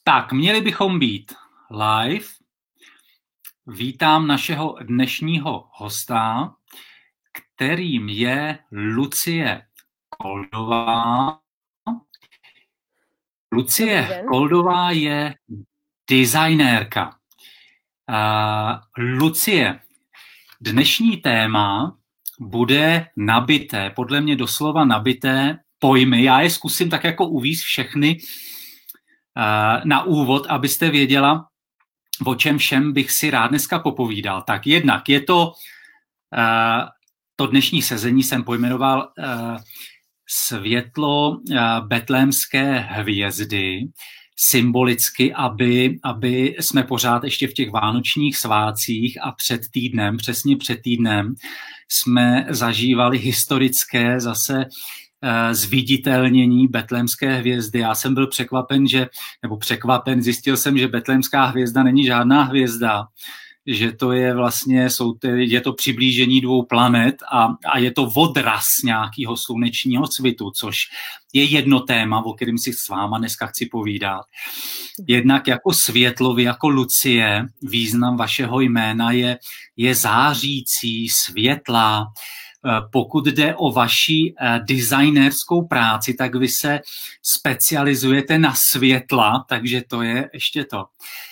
Tak, měli bychom být live. Vítám našeho dnešního hosta, kterým je Lucie Koldová. Lucie Koldová je designérka. Lucie, dnešní téma bude nabité, podle mě doslova nabité pojmy. Já je zkusím tak jako uvízt všechny na úvod, abyste věděla, o čem všem bych si rád dneska popovídal. Tak jednak je to dnešní sezení jsem pojmenoval světlo betlémské hvězdy, symbolicky, aby jsme pořád ještě v těch vánočních svátcích a přesně před týdnem, jsme zažívali historické zase zviditelnění betlémské hvězdy. Já jsem byl překvapen, zjistil jsem, že betlémská hvězda není žádná hvězda, že to je vlastně, je to přiblížení dvou planet a je to odraz nějakého slunečního svitu, což je jedno téma, o kterém si s váma dneska chci povídat. Jednak jako světlo, vy jako Lucie, význam vašeho jména je zářící, světlá. Pokud jde o vaši designérskou práci, tak vy se specializujete na světla, takže to je ještě to.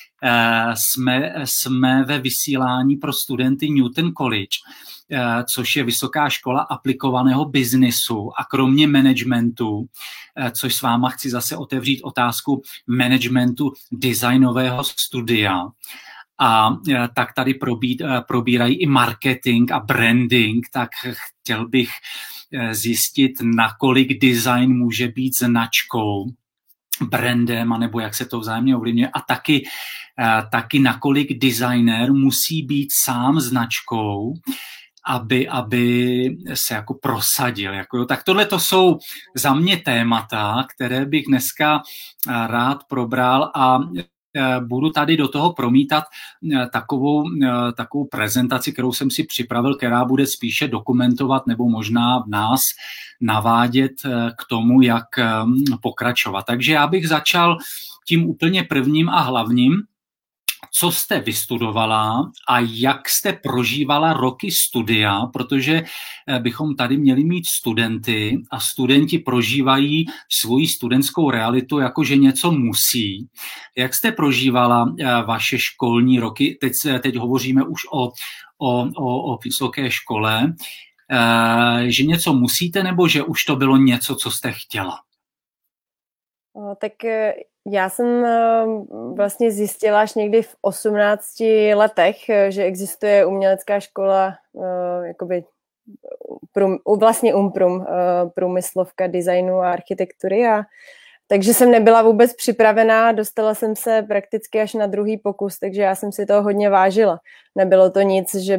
Jsme ve vysílání pro studenty Newton College, což je vysoká škola aplikovaného biznisu a kromě managementu, což s váma chci zase otevřít otázku managementu designového studia. A tak tady probírají i marketing a branding, tak chtěl bych zjistit, nakolik design může být značkou, brandem, anebo jak se to vzájemně ovlivňuje a taky nakolik designer musí být sám značkou, aby se jako prosadil. Tak tohle to jsou za mě témata, které bych dneska rád probral a budu tady do toho promítat takovou prezentaci, kterou jsem si připravil, která bude spíše dokumentovat nebo možná nás navádět k tomu, jak pokračovat. Takže já bych začal tím úplně prvním a hlavním, co jste vystudovala a jak jste prožívala roky studia, protože bychom tady měli mít studenty a studenti prožívají svoji studentskou realitu jako, že něco musí. Jak jste prožívala vaše školní roky? Teď hovoříme už o vysoké škole. Že něco musíte, nebo že už to bylo něco, co jste chtěla? Tak já jsem vlastně zjistila až někdy v 18 letech, že existuje umělecká škola, jakoby vlastně UMPRUM, průmyslovka designu a architektury. Takže jsem nebyla vůbec připravená, dostala jsem se prakticky až na druhý pokus, takže já jsem si toho hodně vážila. Nebylo to nic, že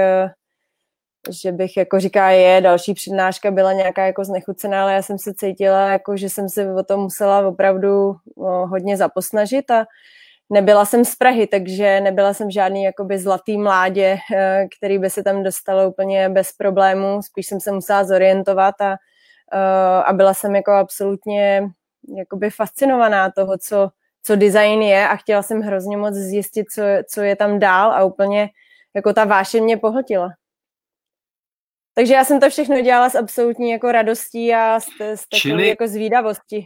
bych jako říká, další přednáška byla nějaká jako znechucená, ale já jsem se cítila, jako, že jsem se o to musela opravdu hodně zaposnažit a nebyla jsem z Prahy, takže nebyla jsem žádný jakoby zlatý mládě, který by se tam dostalo úplně bez problémů, spíš jsem se musela zorientovat a byla jsem jako absolutně jakoby fascinovaná toho, co design je a chtěla jsem hrozně moc zjistit, co je tam dál a úplně jako ta vášeň mě pohltila. Takže já jsem to všechno dělala s absolutní jako radostí a s takovou jako zvídavostí.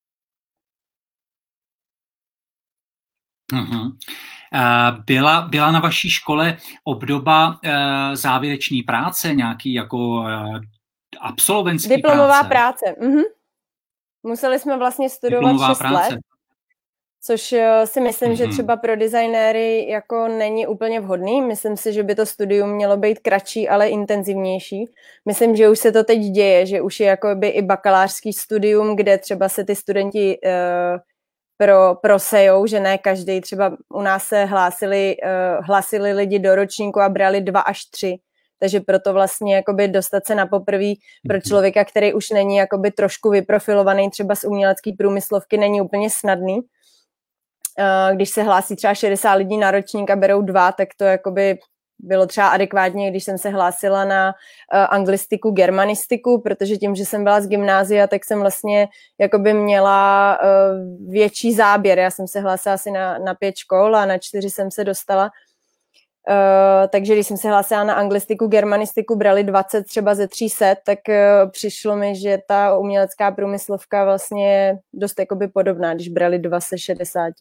Byla na vaší škole obdoba závěrečné práce, nějaký jako absolventský práce? Diplomová práce. Museli jsme vlastně studovat 6 let. Což si myslím, že třeba pro designéry jako není úplně vhodný. Myslím si, že by to studium mělo být kratší, ale intenzivnější. Myslím, že už se to teď děje, že už je jakoby i bakalářský studium, kde třeba se ty studenti prosejou, že ne každý, třeba u nás se hlásili lidi do ročníku a brali 2 až 3. Takže proto vlastně jakoby dostat se na poprví pro člověka, který už není jakoby trošku vyprofilovaný třeba z umělecké průmyslovky, není úplně snadný. Když se hlásí třeba 60 lidí na ročník a berou 2, tak to jakoby bylo třeba adekvátně, když jsem se hlásila na anglistiku, germanistiku, protože tím, že jsem byla z gymnázia, tak jsem vlastně jakoby měla větší záběr. Já jsem se hlásila asi na 5 škol a na 4 jsem se dostala. Takže když jsem se hlásila na anglistiku, germanistiku, brali 20 třeba ze 300, tak přišlo mi, že ta umělecká průmyslovka vlastně je dost jakoby podobná, když brali 2 ze 60.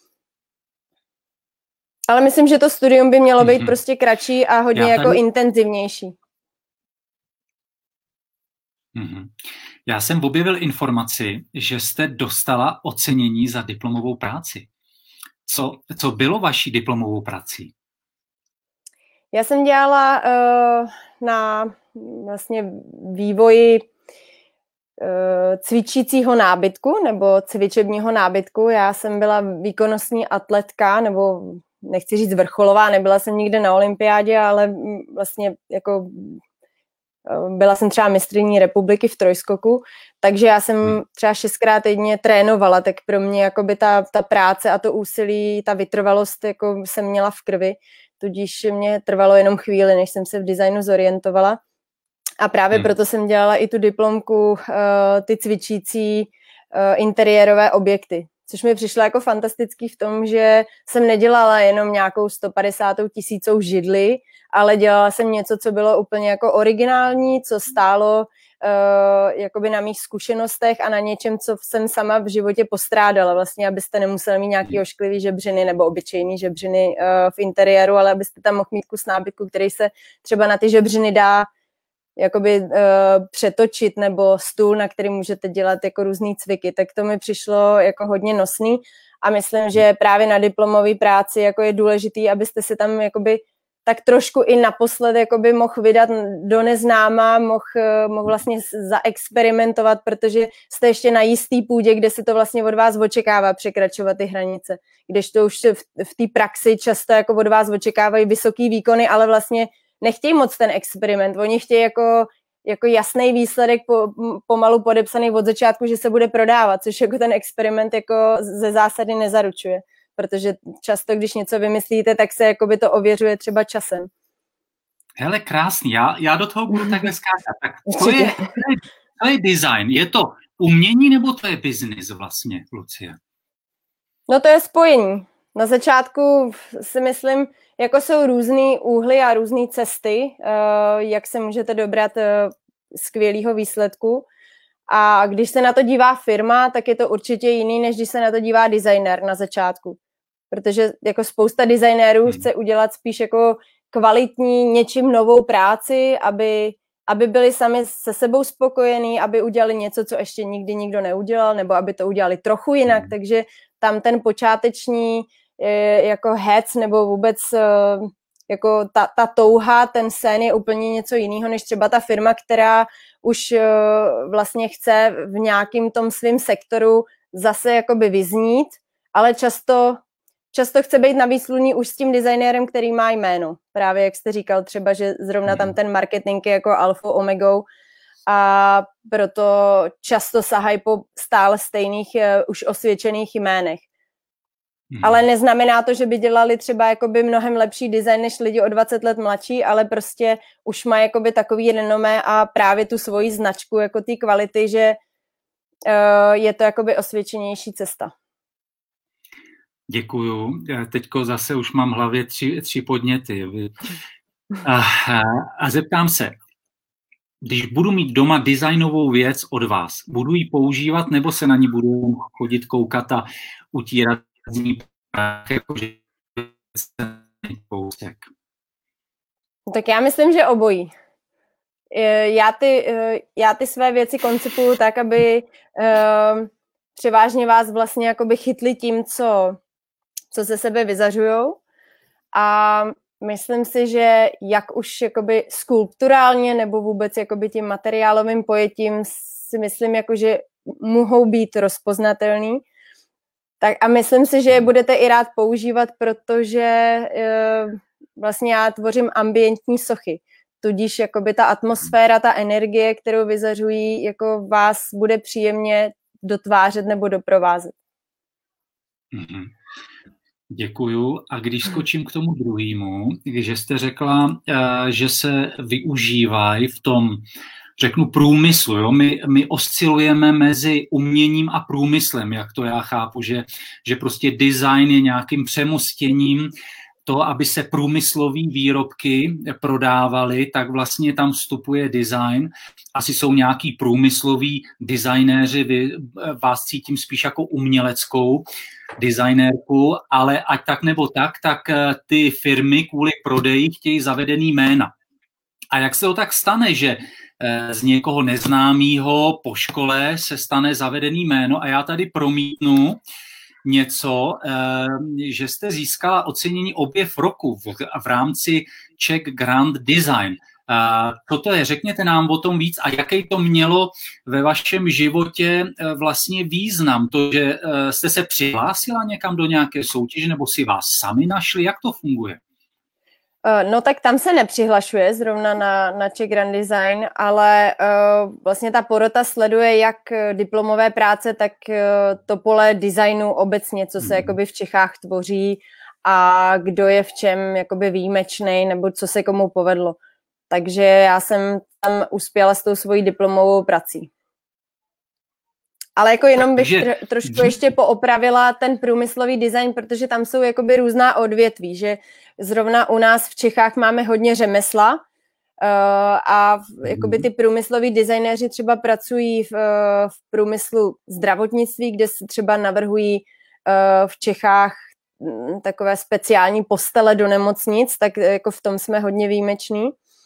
Ale myslím, že to studium by mělo být prostě kratší a hodně jako intenzivnější. Já jsem objevil informaci, že jste dostala ocenění za diplomovou práci. Co bylo vaší diplomovou prací? Já jsem dělala na vlastně vývoji cvičícího nábytku nebo cvičebního nábytku. Já jsem byla výkonnostní atletka, nebo nechci říct vrcholová, nebyla jsem nikde na olympiádě, ale vlastně jako byla jsem třeba mistryní republiky v trojskoku, takže já jsem třeba 6krát týdně trénovala, tak pro mě jakoby ta práce a to úsilí, ta vytrvalost jako jsem měla v krvi, tudíž mě trvalo jenom chvíli, než jsem se v designu zorientovala. A právě proto jsem dělala i tu diplomku, ty cvičící interiérové objekty, což mi přišlo jako fantastický v tom, že jsem nedělala jenom nějakou 150 000 židli, ale dělala jsem něco, co bylo úplně jako originální, co stálo jakoby na mých zkušenostech a na něčem, co jsem sama v životě postrádala. Vlastně, abyste nemuseli mít nějaký ošklivý žebřiny nebo obyčejný žebřiny v interiéru, ale abyste tam mohl mít kus nábytku, který se třeba na ty žebřiny dá jakoby přetočit, nebo stůl, na který můžete dělat jako různý cviky, tak to mi přišlo jako hodně nosný a myslím, že právě na diplomové práci jako je důležitý, abyste si tam jakoby tak trošku i naposled jakoby mohl vydat do neznáma, mohl vlastně zaexperimentovat, protože jste ještě na jistý půdě, kde se to vlastně od vás očekává překračovat ty hranice. Kdežto už v té praxi často jako od vás očekávají vysoký výkony, ale vlastně nechtějí moc ten experiment. Oni chtějí jako jasný výsledek pomalu podepsaný od začátku, že se bude prodávat, což jako ten experiment jako ze zásady nezaručuje. Protože často, když něco vymyslíte, tak se jakoby to ověřuje třeba časem. Hele, krásný. Já do toho budu takhle skákat. Tak to je design. Je to umění nebo to je business vlastně, Lucie? No to je spojení. Na začátku si myslím, jako jsou různý úhly a různé cesty, jak se můžete dobrat skvělého výsledku. A když se na to dívá firma, tak je to určitě jiný, než když se na to dívá designer na začátku. Protože jako spousta designérů chce udělat spíš jako kvalitní něčím novou práci, aby byli sami se sebou spokojení, aby udělali něco, co ještě nikdy nikdo neudělal, nebo aby to udělali trochu jinak. Takže tam ten počáteční jako hec nebo vůbec jako ta touha, ten sen je úplně něco jiného, než třeba ta firma, která už vlastně chce v nějakém tom svém sektoru zase jakoby vyznít, ale často chce být na výsluní už s tím designérem, který má jméno. Právě jak jste říkal třeba, že zrovna tam ten marketing je jako alfou omegou a proto často sahají po stále stejných už osvědčených jménech. Ale neznamená to, že by dělali třeba jakoby mnohem lepší design než lidi o 20 let mladší, ale prostě už má jakoby takový renomé a právě tu svoji značku jako ty kvality, že je to jakoby osvědčenější cesta. Děkuju. Teďko zase už mám v hlavě tři podněty. A zeptám se, když budu mít doma designovou věc od vás, budu ji používat nebo se na ní budu chodit koukat a utírat z ní jakože kousek? Tak já myslím, že obojí. Já ty své věci koncipuju tak, aby převážně vás vlastně jakoby chytli tím, co ze sebe vyzařujou. A myslím si, že jak už jakoby skulpturálně nebo vůbec jakoby tím materiálovým pojetím si myslím, jako, že mohou být rozpoznatelný. Tak a myslím si, že je budete i rád používat, protože vlastně já tvořím ambientní sochy. Tudíž jakoby ta atmosféra, ta energie, kterou vyzařují, jako vás bude příjemně dotvářet nebo doprovázet. Děkuju. A když skočím k tomu druhému, že jste řekla, že se využívají v tom, řeknu, průmyslu. Jo? My oscilujeme mezi uměním a průmyslem, jak to já chápu, že prostě design je nějakým přemostěním to, aby se průmyslové výrobky prodávaly, tak vlastně tam vstupuje design. Asi jsou nějaký průmysloví designéři, vás cítím spíš jako uměleckou designérku, ale ať tak nebo tak ty firmy kvůli prodeji chtějí zavedený jména. A jak se to tak stane, že z někoho neznámého po škole se stane zavedený jméno a já tady promítnu něco, že jste získala ocenění objev roku v rámci Czech Grand Design. Co to je? Řekněte nám o tom víc a jaký to mělo ve vašem životě vlastně význam? To, že jste se přihlásila někam do nějaké soutěže nebo si vás sami našli? Jak to funguje? No tak tam se nepřihlašuje zrovna na Czech Grand Design, ale vlastně ta porota sleduje jak diplomové práce, tak to pole designu obecně, co se jakoby v Čechách tvoří a kdo je v čem jakoby výjimečnej nebo co se komu povedlo. Takže já jsem tam uspěla s tou svojí diplomovou prací. Ale jako jenom bych trošku ještě poopravila ten průmyslový design, protože tam jsou jakoby různá odvětví, že zrovna u nás v Čechách máme hodně řemesla a jakoby ty průmysloví designéři třeba pracují v průmyslu zdravotnictví, kde se třeba navrhují v Čechách takové speciální postele do nemocnic, tak jako v tom jsme hodně výjimeční.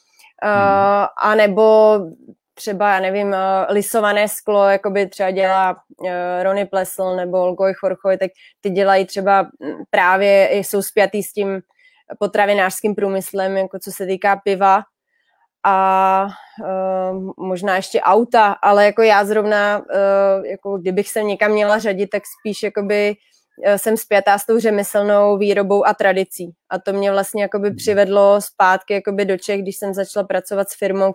A nebo třeba, já nevím, lisované sklo, jakoby třeba dělá Rony Plesl nebo Olgoj Chorchoj, tak ty dělají třeba právě, jsou spjatý s tím potravinářským průmyslem, jako co se týká piva a možná ještě auta, ale jako já zrovna, jako kdybych se někam měla řadit, tak spíš jakoby jsem spjatá s tou řemeslnou výrobou a tradicí. A to mě vlastně jakoby přivedlo zpátky jakoby do Čech, když jsem začala pracovat s firmou,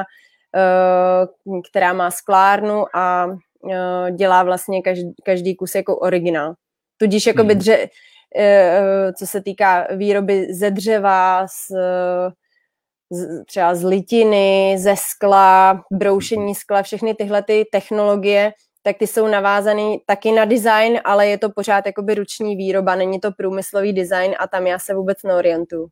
která má sklárnu a dělá vlastně každý kus jako originál. Tudíž jakoby co se týká výroby ze dřeva, třeba z litiny, ze skla, broušení skla, všechny tyhle ty technologie, tak ty jsou navázané taky na design, ale je to pořád jakoby ruční výroba, není to průmyslový design a tam já se vůbec neorientuju.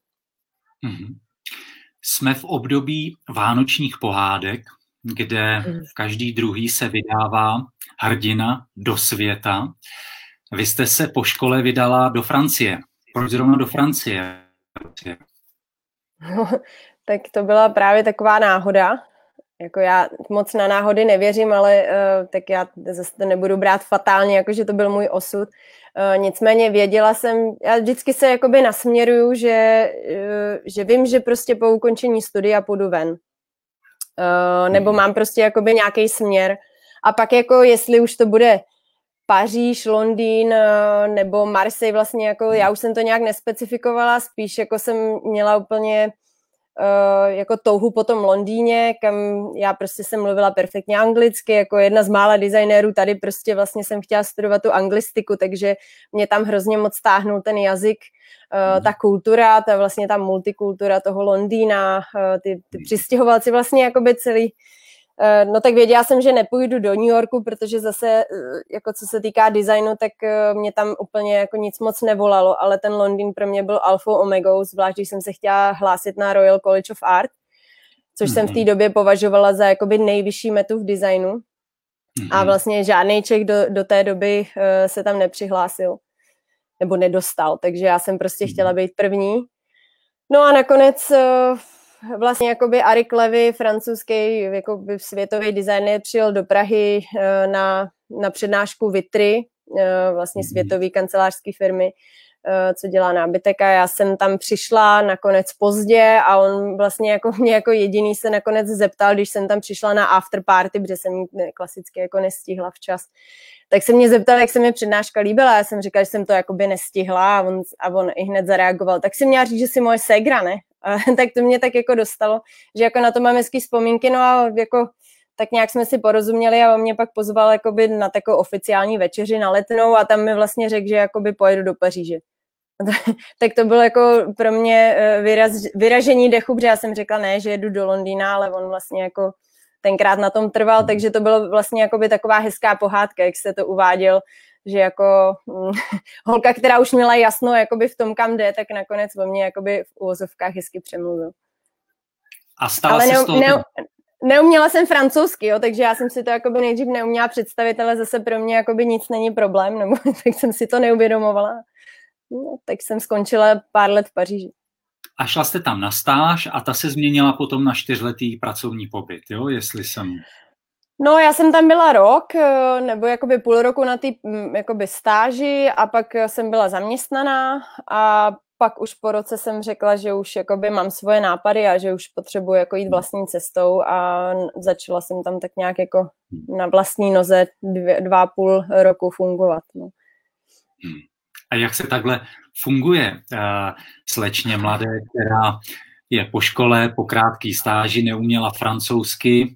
Jsme v období vánočních pohádek, kde každý druhý se vydává hrdina do světa. Vy jste se po škole vydala do Francie. Proč zrovna do Francie? No, tak to byla právě taková náhoda. Jako já moc na náhody nevěřím, ale tak já zase to nebudu brát fatálně, jakože to byl můj osud. Nicméně věděla jsem, já vždycky se jakoby nasměruju, že vím, že prostě po ukončení studia půjdu ven. Nebo mám prostě jakoby nějaký směr. A pak jako jestli už to bude Paříž, Londýn nebo Marseille vlastně, jako já už jsem to nějak nespecifikovala, spíš jako jsem měla úplně jako touhu po tom Londýně, kam já prostě jsem mluvila perfektně anglicky, jako jedna z mála designérů tady prostě vlastně jsem chtěla studovat tu anglistiku, takže mě tam hrozně moc táhnul ten jazyk, ta kultura, vlastně ta multikultura toho Londýna, ty přistěhovalci vlastně jakoby celý. No tak věděla jsem, že nepůjdu do New Yorku, protože zase, jako co se týká designu, tak mě tam úplně jako nic moc nevolalo, ale ten Londýn pro mě byl alfou omegou, zvlášť když jsem se chtěla hlásit na Royal College of Art, což jsem v té době považovala za jakoby nejvyšší metu v designu. A vlastně žádný Čech do té doby se tam nepřihlásil nebo nedostal, takže já jsem prostě chtěla být první. No a nakonec vlastně jakoby Arik Levy, francouzský jakoby světový designer, přijel do Prahy na přednášku Vitry, vlastně světový kancelářské firmy, co dělá nábytek, a já jsem tam přišla nakonec pozdě a on vlastně jako mě jako jediný se nakonec zeptal, když jsem tam přišla na after party, protože jsem klasicky jako nestihla včas, tak se mě zeptal, jak se mi přednáška líbila. Já jsem říkala, že jsem to jakoby nestihla a on i hned zareagoval. Tak si měla říct, že jsi moje ségra, ne? Tak to mě tak jako dostalo, že jako na to mám hezký vzpomínky, no a jako tak nějak jsme si porozuměli a on mě pak pozval jakoby na takovou oficiální večeři na Letnou a tam mi vlastně řekl, že jakoby pojedu do Paříže. Tak to bylo jako pro mě vyražení dechu, protože já jsem řekla ne, že jedu do Londýna, ale on vlastně jako tenkrát na tom trval, takže to bylo vlastně jakoby taková hezká pohádka, jak jste to uváděl, že jako holka, která už měla jasno jakoby v tom, kam jde, tak nakonec o mě jakoby v uvozovkách hezky přemluvil. A stala se z toho... Neuměla jsem francouzsky, jo, takže já jsem si to jakoby nejdřív neuměla představit, ale zase pro mě jakoby nic není problém, nebo tak jsem si to neuvědomovala. No, tak jsem skončila pár let v Paříži. A šla jste tam na stáž a ta se změnila potom na 4letý pracovní pobyt, jo, jestli jsem... No, já jsem tam byla rok, nebo jakoby půl roku na té jakoby stáži a pak jsem byla zaměstnaná a pak už po roce jsem řekla, že už jakoby mám svoje nápady a že už potřebuji jako jít vlastní cestou a začala jsem tam tak nějak jako na vlastní noze 2,5 roku fungovat. No. A jak se takhle funguje slečně mladé, která je po škole, po krátké stáži, neuměla francouzsky?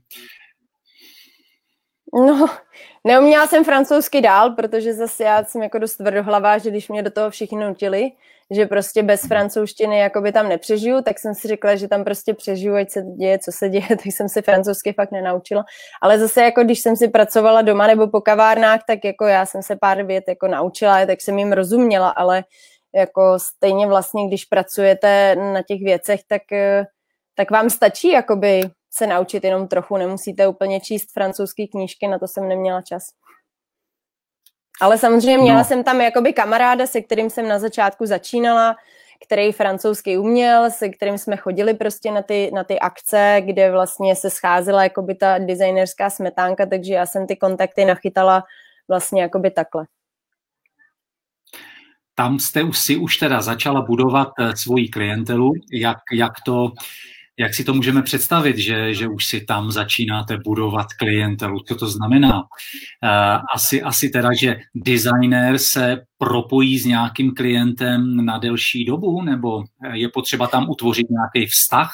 No, neuměla jsem francouzsky dál, protože zase já jsem jako dost tvrdohlavá, že když mě do toho všichni nutili, že prostě bez francouzštiny jakoby tam nepřežiju, tak jsem si řekla, že tam prostě přežiju, ať se děje, co se děje, tak jsem si francouzsky fakt nenaučila. Ale zase jako když jsem si pracovala doma nebo po kavárnách, tak jako já jsem se pár vět jako naučila, tak jsem jim rozuměla, ale jako stejně vlastně, když pracujete na těch věcech, tak vám stačí jakoby se naučit jenom trochu, nemusíte úplně číst francouzské knížky, na to jsem neměla čas. Ale samozřejmě měla jsem tam jakoby kamaráda, se kterým jsem na začátku začínala, který francouzsky uměl, se kterým jsme chodili prostě na ty akce, kde vlastně se scházela jakoby ta designerská smetánka, takže já jsem ty kontakty nachytala vlastně jakoby takhle. Tam jste už teda začala budovat svoji klientelu, jak si to můžeme představit, že už si tam začínáte budovat klientelu? Co to znamená? Asi teda, že designer se propojí s nějakým klientem na delší dobu, nebo je potřeba tam utvořit nějaký vztah?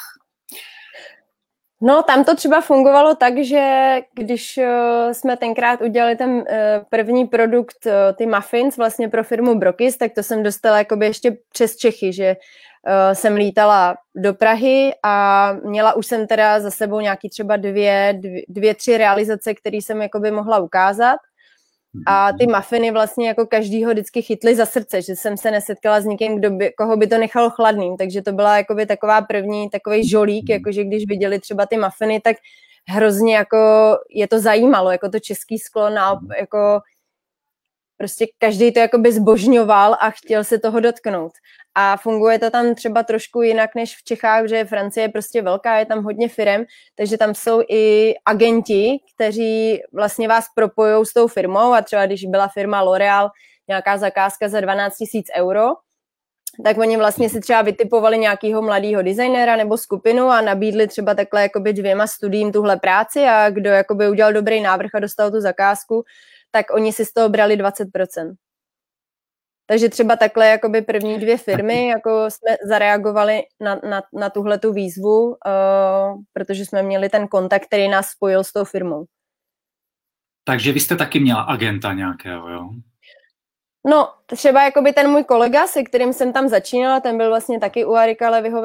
No, tam to třeba fungovalo tak, že když jsme tenkrát udělali ten první produkt, ty muffins vlastně pro firmu Brokis, tak to jsem dostala jakoby ještě přes Čechy, že jsem lítala do Prahy a měla už jsem teda za sebou nějaký třeba dvě, tři realizace, které jsem jakoby mohla ukázat. A ty muffiny vlastně jako každýho vždycky chytly za srdce, že jsem se nesetkala s nikým, koho by to nechalo chladným, takže to byla jakoby taková první takový žolík, jakože když viděli třeba ty muffiny, tak hrozně jako je to zajímalo, jako to český sklo, jako prostě každý to jakoby zbožňoval a chtěl se toho dotknout. A funguje to tam třeba trošku jinak než v Čechách, že Francie je prostě velká, je tam hodně firem, takže tam jsou i agenti, kteří vlastně vás propojou s tou firmou a třeba když byla firma L'Oréal, nějaká zakázka za 12 000 €, tak oni vlastně si třeba vytipovali nějakého mladého designéra nebo skupinu a nabídli třeba takhle jakoby 2 studiím tuhle práci a kdo jakoby udělal dobrý návrh a dostal tu zakázku, tak oni si z toho brali 20%. Takže třeba takhle jakoby první 2 firmy jako jsme zareagovali na tuhletu výzvu, protože jsme měli ten kontakt, který nás spojil s tou firmou. Takže vy jste taky měla agenta nějakého, jo? No, třeba jakoby ten můj kolega, se kterým jsem tam začínala, ten byl vlastně taky u Arika Levyho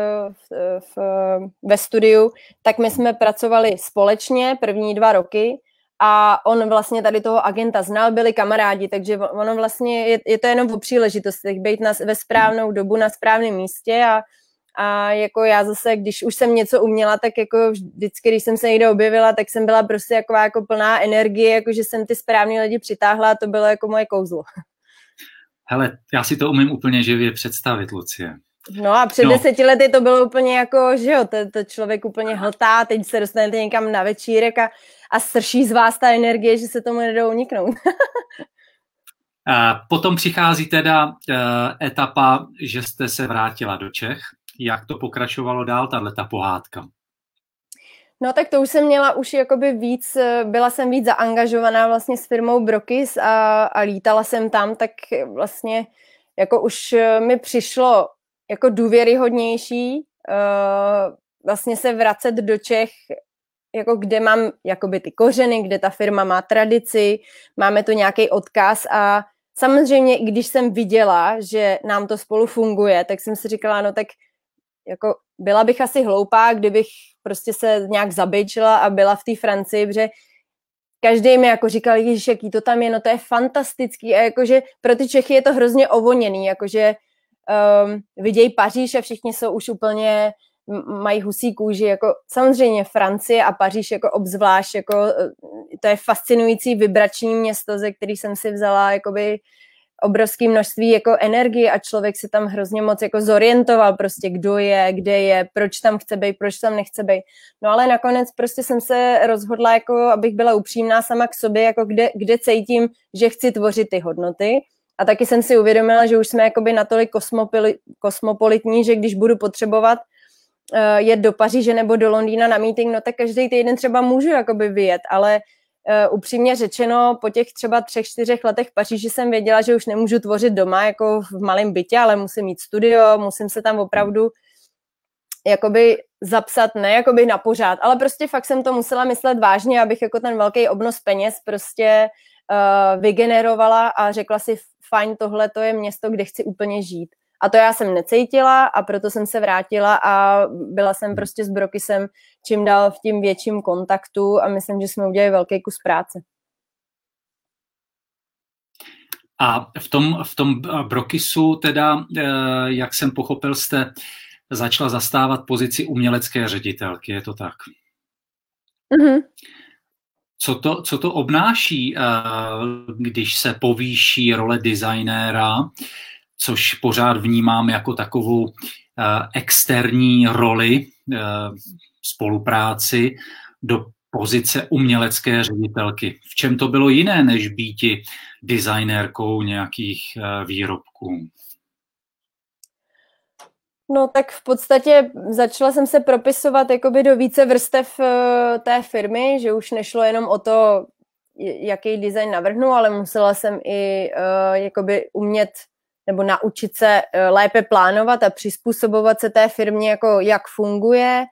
ve studiu, tak my jsme pracovali společně první 2 roky a on vlastně tady toho agenta znal, byli kamarádi, takže ono vlastně je to jenom o příležitostech, být ve správnou dobu na správném místě a jako já zase, když už jsem něco uměla, tak jako vždycky, když jsem se někde objevila, tak jsem byla prostě jako plná energie, jako že jsem ty správný lidi přitáhla a to bylo jako moje kouzlo. Hele, já si to umím úplně živě představit, Lucie. No a před 10 lety to bylo úplně jako, že jo, to člověk úplně hltá, teď se dostanete někam na večírek a srší z vás ta energie, že se tomu nedou uniknout. Potom přichází teda etapa, že jste se vrátila do Čech. Jak to pokračovalo dál, tato pohádka? No tak to už jsem měla jakoby víc, byla jsem víc zaangažovaná vlastně s firmou Brokis a lítala jsem tam, tak vlastně jako už mi přišlo jako důvěryhodnější vlastně se vracet do Čech, jako kde mám jakoby ty kořeny, kde ta firma má tradici, máme tu nějaký odkaz a samozřejmě, když jsem viděla, že nám to spolu funguje, tak jsem si říkala, no tak jako byla bych asi hloupá, kdybych prostě se nějak zabejčila a byla v té Francii, protože každý mi jako říkal, ježiš, jaký to tam je, no to je fantastický a jakože pro ty Čechy je to hrozně ovoněný, jakože vidějí Paříž a všichni jsou už úplně, mají husí kůži, jako samozřejmě Francie a Paříž jako obzvlášť, jako to je fascinující vibrační město, ze který jsem si vzala jakoby obrovské množství jako energie a člověk se tam hrozně moc jako zorientoval prostě, kdo je, kde je, proč tam chce být, proč tam nechce být. No ale nakonec prostě jsem se rozhodla, jako abych byla upřímná sama k sobě, jako kde cítím, že chci tvořit ty hodnoty. A taky jsem si uvědomila, že už jsme jakoby natolik kosmopolitní, že když budu potřebovat jet do Paříže nebo do Londýna na meeting, no tak každý týden třeba můžu jakoby vyjet, ale upřímně řečeno, po těch třeba 3-4 letech v Paříži jsem věděla, že už nemůžu tvořit doma jako v malém bytě, ale musím mít studio, musím se tam opravdu jakoby zapsat, ne jakoby na pořád, ale prostě fakt jsem to musela myslet vážně, abych jako ten velký obnos peněz prostě vygenerovala a řekla si, fajn, tohle to je město, kde chci úplně žít. A to já jsem necítila a proto jsem se vrátila a byla jsem prostě s Brokisem čím dál v tím větším kontaktu a myslím, že jsme udělali velký kus práce. A v tom Brokisu teda, jak jsem pochopil, jste začala zastávat pozici umělecké ředitelky, je to tak? Mhm. Co to obnáší, když se povýší role designéra, což pořád vnímám jako takovou externí roli spolupráci do pozice umělecké ředitelky. V čem to bylo jiné, než býti designérkou nějakých výrobků? No tak v podstatě začala jsem se propisovat jakoby do více vrstev té firmy, že už nešlo jenom o to, jaký design navrhnu, ale musela jsem i jakoby umět nebo naučit se lépe plánovat a přizpůsobovat se té firmě, jako jak funguje,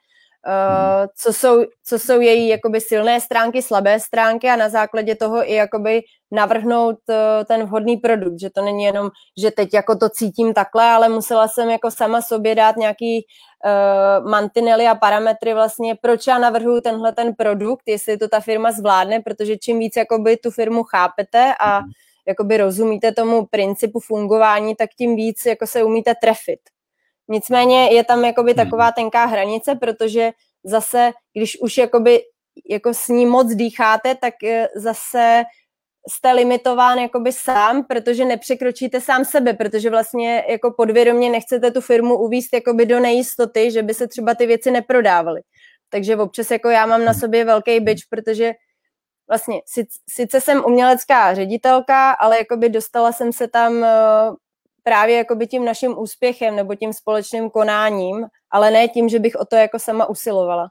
co jsou její jakoby silné stránky, slabé stránky a na základě toho i jakoby navrhnout ten vhodný produkt, že to není jenom, že teď jako to cítím takhle, ale musela jsem jako sama sobě dát nějaký mantinely a parametry vlastně, proč já navrhuji tenhle ten produkt, jestli to ta firma zvládne, protože čím víc jakoby tu firmu chápete a jakoby rozumíte tomu principu fungování, tak tím víc jako se umíte trefit. Nicméně je tam jakoby taková tenká hranice, protože zase, když už jakoby, jako s ní moc dýcháte, tak zase jste limitován jakoby sám, protože nepřekročíte sám sebe, protože vlastně jako podvědomě nechcete tu firmu uvést jakoby do nejistoty, že by se třeba ty věci neprodávaly. Takže občas jako já mám na sobě velký bič, protože vlastně sice jsem umělecká ředitelka, ale jakoby dostala jsem se tam právě jakoby tím naším úspěchem nebo tím společným konáním, ale ne tím, že bych o to jako sama usilovala.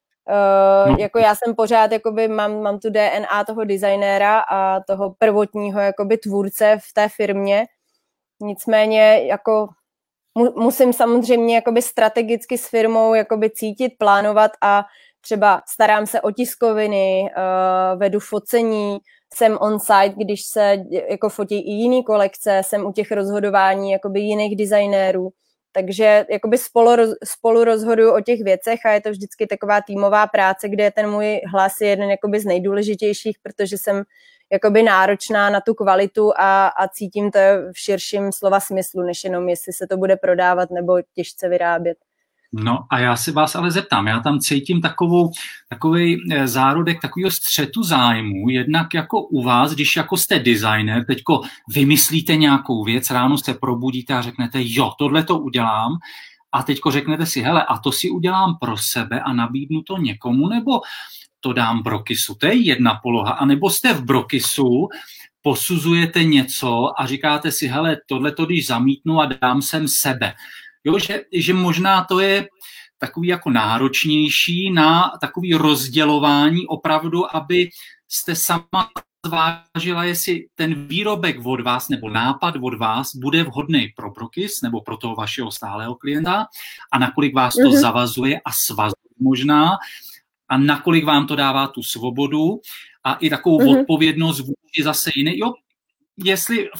Jako já jsem pořád, jakoby mám tu DNA toho designéra a toho prvotního jakoby tvůrce v té firmě. Nicméně jako musím samozřejmě jakoby strategicky s firmou jakoby cítit, plánovat a třeba starám se o tiskoviny, vedu focení, jsem on-site, když se jako fotí i jiný kolekce, jsem u těch rozhodování jakoby jiných designérů, takže jakoby spolu rozhoduju o těch věcech a je to vždycky taková týmová práce, kde ten můj hlas je jeden jakoby z nejdůležitějších, protože jsem jakoby náročná na tu kvalitu a cítím to v širším slova smyslu, než jenom jestli se to bude prodávat nebo těžce vyrábět. No a já se vás ale zeptám, já tam cítím takový zárodek takového střetu zájmu, jednak jako u vás, když jako jste designer, teďko vymyslíte nějakou věc, ráno se probudíte a řeknete, jo, tohle to udělám a teďko řeknete si, hele, a to si udělám pro sebe a nabídnu to někomu, nebo to dám Brokisu, to je jedna poloha, anebo jste v Brokisu, posuzujete něco a říkáte si, hele, tohle to když zamítnu a dám sem sebe. Jo, že možná to je takový jako náročnější na takový rozdělování opravdu, aby jste sama zvážila, jestli ten výrobek od vás nebo nápad od vás bude vhodný pro Brokis nebo pro toho vašeho stálého klienta a nakolik vás to zavazuje a svazuje možná a nakolik vám to dává tu svobodu a i takovou odpovědnost vůči zase jiný. Jo, jestli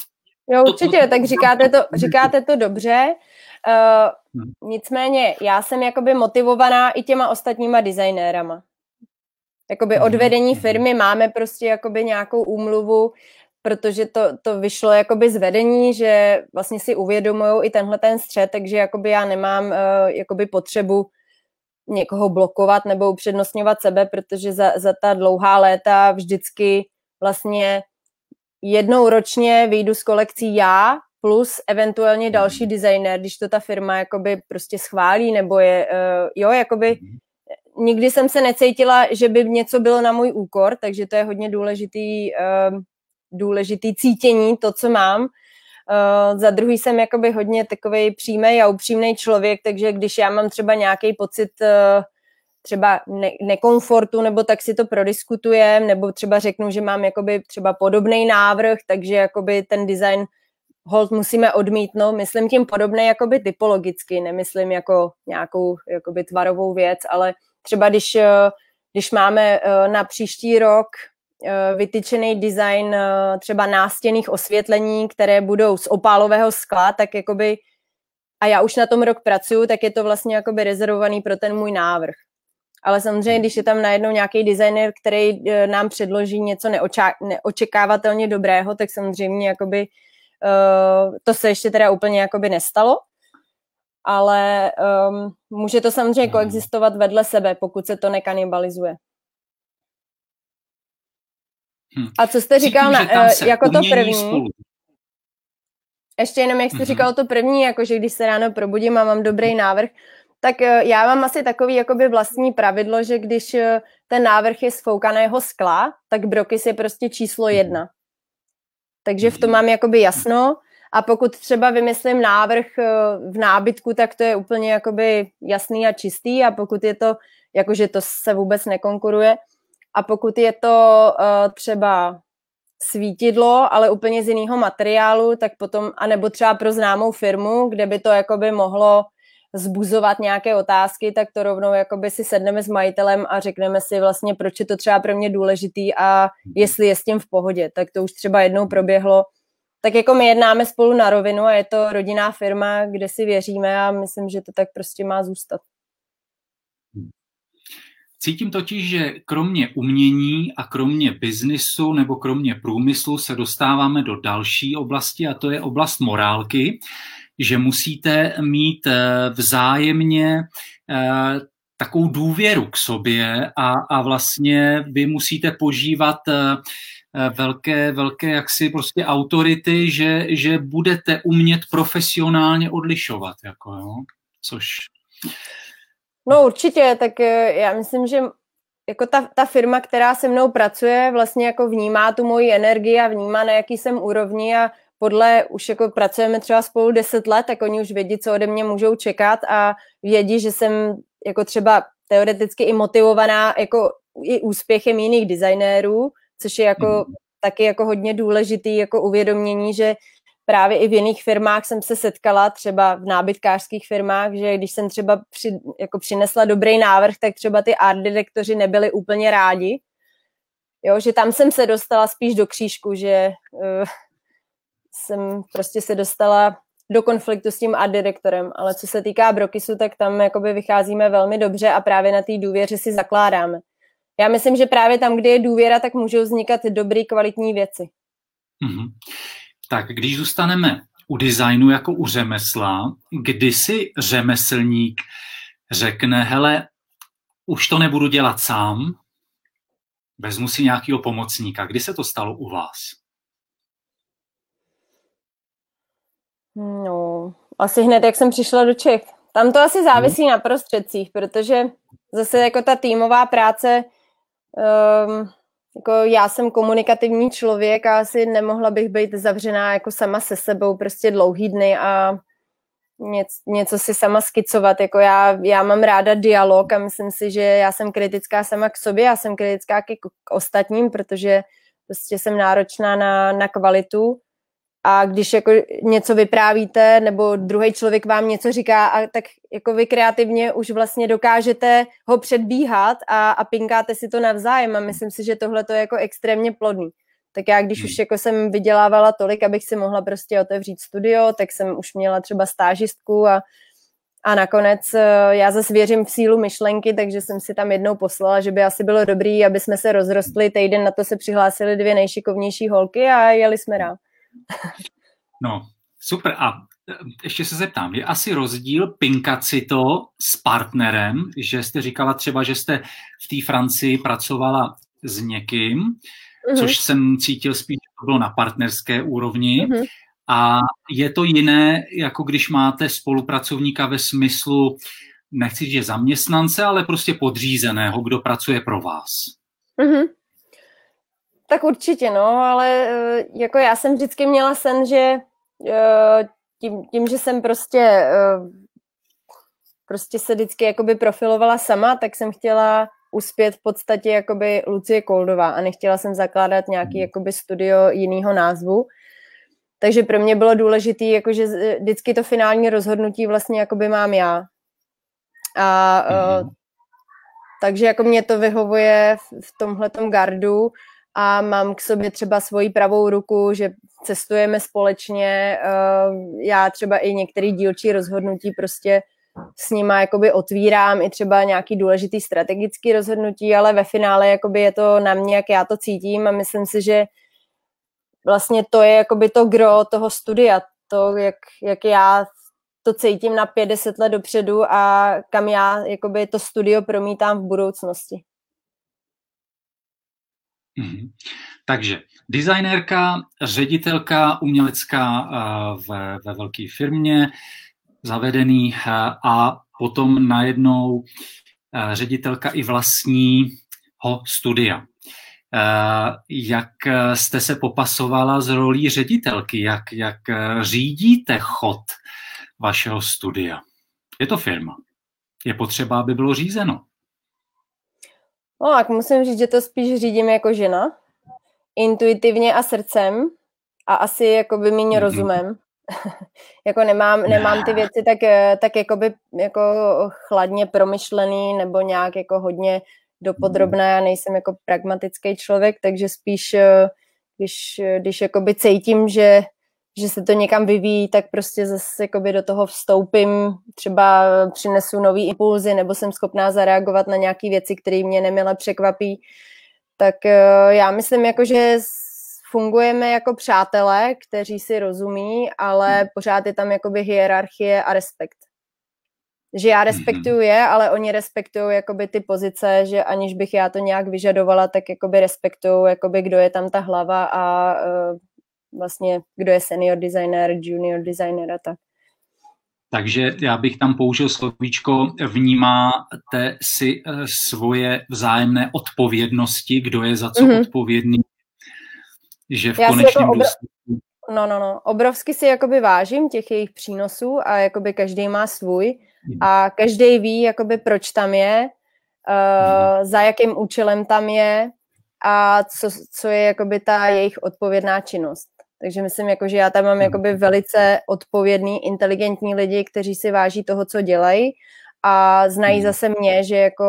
Jo, určitě, tak říkáte to dobře. Nicméně já jsem jakoby motivovaná i těma ostatníma designérama. Jakoby od vedení firmy máme prostě jakoby nějakou úmluvu, protože to vyšlo jakoby z vedení, že vlastně si uvědomujou i tenhle ten střed, takže jakoby já nemám jakoby potřebu někoho blokovat nebo upřednostňovat sebe, protože za ta dlouhá léta vždycky vlastně jednou ročně vyjdu z kolekcí já plus eventuálně další designer, když to ta firma jakoby prostě schválí, nebo je, jakoby nikdy jsem se necítila, že by něco bylo na můj úkor, takže to je hodně důležitý cítění, to, co mám. Za druhý jsem jakoby hodně takovej přímej a upřímnej člověk, takže když já mám třeba nějaký pocit třeba nekomfortu, nebo tak si to prodiskutujeme, nebo třeba řeknu, že mám jakoby třeba podobný návrh, takže jakoby ten design hold musíme odmítnout. Myslím tím podobný jakoby typologicky, nemyslím jako nějakou jakoby tvarovou věc, ale třeba když máme na příští rok vytyčený design třeba nástěnných osvětlení, které budou z opálového skla, tak jakoby, a já už na tom rok pracuju, tak je to vlastně jakoby rezervovaný pro ten můj návrh. Ale samozřejmě, když je tam najednou nějaký designer, který nám předloží něco neočekávatelně dobrého, tak samozřejmě jakoby, to se ještě teda úplně jakoby nestalo, ale může to samozřejmě koexistovat vedle sebe, pokud se to nekanibalizuje. A co jste říkal jako to první? Spolu. Ještě jenom, jak jste říkal to první, jakože když se ráno probudím a mám dobrý návrh, tak já mám asi takový jakoby vlastní pravidlo, že když ten návrh je z foukaného skla, tak brokys je prostě číslo 1. Takže v tom mám jakoby jasno. A pokud třeba vymyslím návrh v nábytku, tak to je úplně jakoby jasný a čistý. A pokud je to, jakože to se vůbec nekonkuruje. A pokud je to třeba svítidlo, ale úplně z jiného materiálu, tak potom, anebo třeba pro známou firmu, kde by to jakoby mohlo zbuzovat nějaké otázky, tak to rovnou jakoby si sedneme s majitelem a řekneme si vlastně, proč je to třeba pro mě důležitý a jestli je s tím v pohodě. Tak to už třeba jednou proběhlo. Tak jako my jednáme spolu na rovinu a je to rodinná firma, kde si věříme a myslím, že to tak prostě má zůstat. Cítím totiž, že kromě umění a kromě biznisu nebo kromě průmyslu se dostáváme do další oblasti a to je oblast morálky, že musíte mít vzájemně takovou důvěru k sobě a vlastně vy musíte požívat velké jaksi prostě autority, že budete umět profesionálně odlišovat. Jako, jo? Což... No určitě, tak já myslím, že jako ta firma, která se mnou pracuje, vlastně jako vnímá tu moji energii a vnímá, na jaký jsem úrovni a už jako pracujeme třeba spolu 10 let, tak oni už vědí, co ode mě můžou čekat a vědí, že jsem jako třeba teoreticky i motivovaná jako i úspěchem jiných designérů, což je jako taky jako hodně důležitý jako uvědomění, že právě i v jiných firmách jsem se setkala, třeba v nábytkářských firmách, že když jsem třeba přinesla dobrý návrh, tak třeba ty art direktoři nebyli úplně rádi. Jo, že tam jsem se dostala spíš do křížku, že jsem prostě se dostala do konfliktu s tím art direktorem, ale co se týká Brokysu, tak tam jakoby vycházíme velmi dobře a právě na té důvěře si zakládáme. Já myslím, že právě tam, kde je důvěra, tak můžou vznikat dobrý, kvalitní věci. Mm-hmm. Tak když zůstaneme u designu jako u řemesla, kdy si řemeslník řekne, hele, už to nebudu dělat sám, vezmu si nějakého pomocníka. Kdy se to stalo u vás? No, asi hned, jak jsem přišla do Čech. Tam to asi závisí na prostředcích, protože zase jako ta týmová práce, jako já jsem komunikativní člověk a asi nemohla bych být zavřená jako sama se sebou prostě dlouhý dny a něco si sama skicovat. Jako já mám ráda dialog a myslím si, že já jsem kritická sama k sobě, já jsem kritická k ostatním, protože prostě jsem náročná na kvalitu. A když jako něco vyprávíte, nebo druhý člověk vám něco říká, tak jako vy kreativně už vlastně dokážete ho předbíhat a pinkáte si to navzájem a myslím si, že tohle to je jako extrémně plodný. Tak já, když už jako jsem vydělávala tolik, abych si mohla prostě otevřít studio, tak jsem už měla třeba stážistku a nakonec já zase věřím v sílu myšlenky, takže jsem si tam jednou poslala, že by asi bylo dobrý, aby jsme se rozrostli. Týden na to se přihlásily 2 nejšikovnější holky a jeli jsme dál. No, super. A ještě se zeptám, je asi rozdíl pinkat si to s partnerem, že jste říkala třeba, že jste v té Francii pracovala s někým, což jsem cítil spíš, že to bylo na partnerské úrovni. A je to jiné, jako když máte spolupracovníka ve smyslu, nechci říct, že zaměstnance, ale prostě podřízeného, kdo pracuje pro vás. Tak určitě, no, ale jako já jsem vždycky měla sen, že tím, že jsem prostě se vždycky jakoby profilovala sama, tak jsem chtěla uspět v podstatě jakoby Lucie Koldová a nechtěla jsem zakládat nějaký jakoby studio jinýho názvu. Takže pro mě bylo důležité, jakože vždycky to finální rozhodnutí vlastně jakoby mám já. A takže jako mě to vyhovuje v tomhletom gardu a mám k sobě třeba svoji pravou ruku, že cestujeme společně, já třeba i některé dílčí rozhodnutí prostě s nima jakoby otvírám, i třeba nějaký důležitý strategický rozhodnutí, ale ve finále jakoby je to na mě, jak já to cítím a myslím si, že vlastně to je jakoby to gro toho studia, to, jak já to cítím na 50 let dopředu a kam já jakoby to studio promítám v budoucnosti. Takže designérka, ředitelka umělecká ve velké firmě, zavedený a potom najednou ředitelka i vlastního studia. Jak jste se popasovala s rolí ředitelky? Jak řídíte chod vašeho studia? Je to firma. Je potřeba, aby bylo řízeno. No, tak musím říct, že to spíš řídím jako žena. Intuitivně a srdcem a asi jakoby míň rozumem. Jako nemám ty věci tak jakoby jako chladně promyšlený nebo nějak jako hodně dopodrobné, já nejsem jako pragmatický člověk, takže spíš, když jakoby cítím, že se to někam vyvíjí, tak prostě zase jakoby do toho vstoupím, třeba přinesu nový impulzy, nebo jsem schopná zareagovat na nějaké věci, které mě nemile překvapí. Tak já myslím, jako, že fungujeme jako přátelé, kteří si rozumí, ale pořád je tam jakoby hierarchie a respekt. Že já respektuju je, ale oni respektují jakoby ty pozice, že aniž bych já to nějak vyžadovala, tak jakoby respektují, jakoby kdo je tam ta hlava a vlastně kdo je senior designer, junior designer a tak. Takže já bych tam použil slovíčko, vnímáte si svoje vzájemné odpovědnosti, kdo je za co odpovědný, že v konečném důsledku... No. Obrovsky si jakoby vážím těch jejich přínosů a jakoby každý má svůj a každý ví, jakoby proč tam je, za jakým účelem tam je a co je jakoby ta jejich odpovědná činnost. Takže myslím, jako, že já tam mám jakoby velice odpovědný, inteligentní lidi, kteří si váží toho, co dělají a znají zase mě,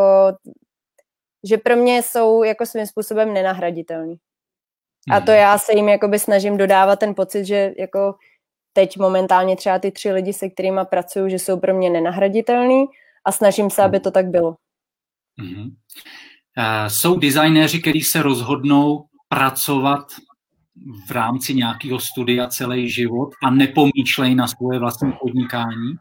že pro mě jsou jako svým způsobem nenahraditelný. A to já se jim jakoby snažím dodávat ten pocit, že jako teď momentálně třeba ty 3 lidi, se kterými pracuju, že jsou pro mě nenahraditelný a snažím se, aby to tak bylo. Jsou designéři, kteří se rozhodnou pracovat v rámci nějakého studia celý život a nepomýšlej na svoje vlastní podnikání?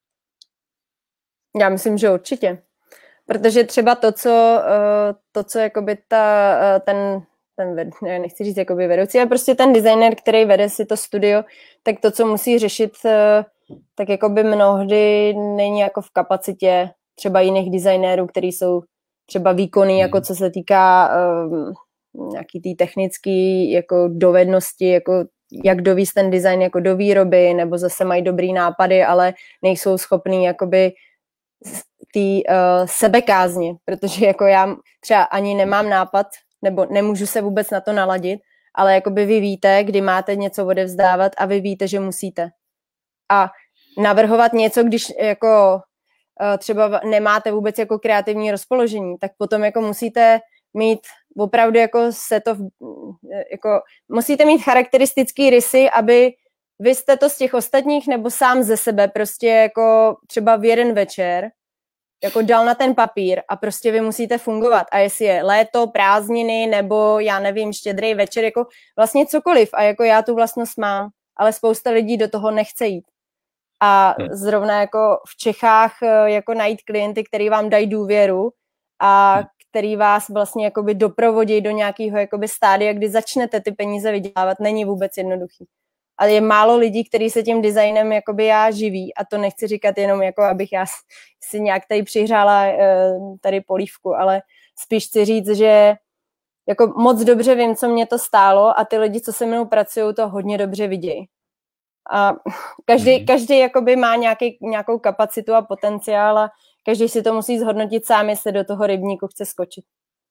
Já myslím, že určitě. Protože třeba to, co jakoby ten nechci říct jakoby vedoucí, ale prostě ten designer, který vede si to studio, tak to, co musí řešit, tak jakoby mnohdy není jako v kapacitě třeba jiných designérů, kteří jsou třeba výkonný, jako co se týká nějaký tý technický jako dovednosti, jako jak dovíst ten design jako do výroby, nebo zase mají dobrý nápady, ale nejsou schopní jakoby tý sebekázně, protože jako já třeba ani nemám nápad, nebo nemůžu se vůbec na to naladit, ale jakoby vy víte, kdy máte něco odevzdávat a vy víte, že musíte. A navrhovat něco, když jako třeba nemáte vůbec jako kreativní rozpoložení, tak potom jako musíte mít opravdu jako jako musíte mít charakteristický rysy, aby vy jste to z těch ostatních nebo sám ze sebe prostě jako třeba v jeden večer jako dal na ten papír a prostě vy musíte fungovat. A jestli je léto, prázdniny nebo já nevím, štědrý večer, jako vlastně cokoliv. A jako já tu vlastnost mám, ale spousta lidí do toho nechce jít. A zrovna jako v Čechách jako najít klienty, který vám dají důvěru a který vás vlastně jakoby doprovodí do nějakého jakoby stádia, kdy začnete ty peníze vydělávat, není vůbec jednoduchý. Ale je málo lidí, kteří se tím designem jakoby já živí a to nechci říkat jenom jako, abych já si nějak tady přihřála tady polívku, ale spíš chci říct, že jako moc dobře vím, co mě to stálo a ty lidi, co se mnou pracují, to hodně dobře vidějí. A každý jakoby má nějakou kapacitu a potenciál a každý si to musí zhodnotit sám, jestli do toho rybníku chce skočit.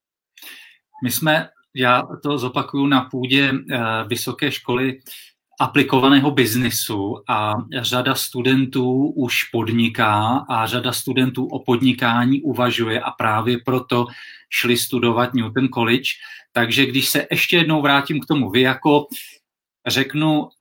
Já to zopakuju na půdě vysoké školy aplikovaného biznisu a řada studentů už podniká a řada studentů o podnikání uvažuje a právě proto šli studovat Newton College. Takže když se ještě jednou vrátím k tomu, vy jako řeknu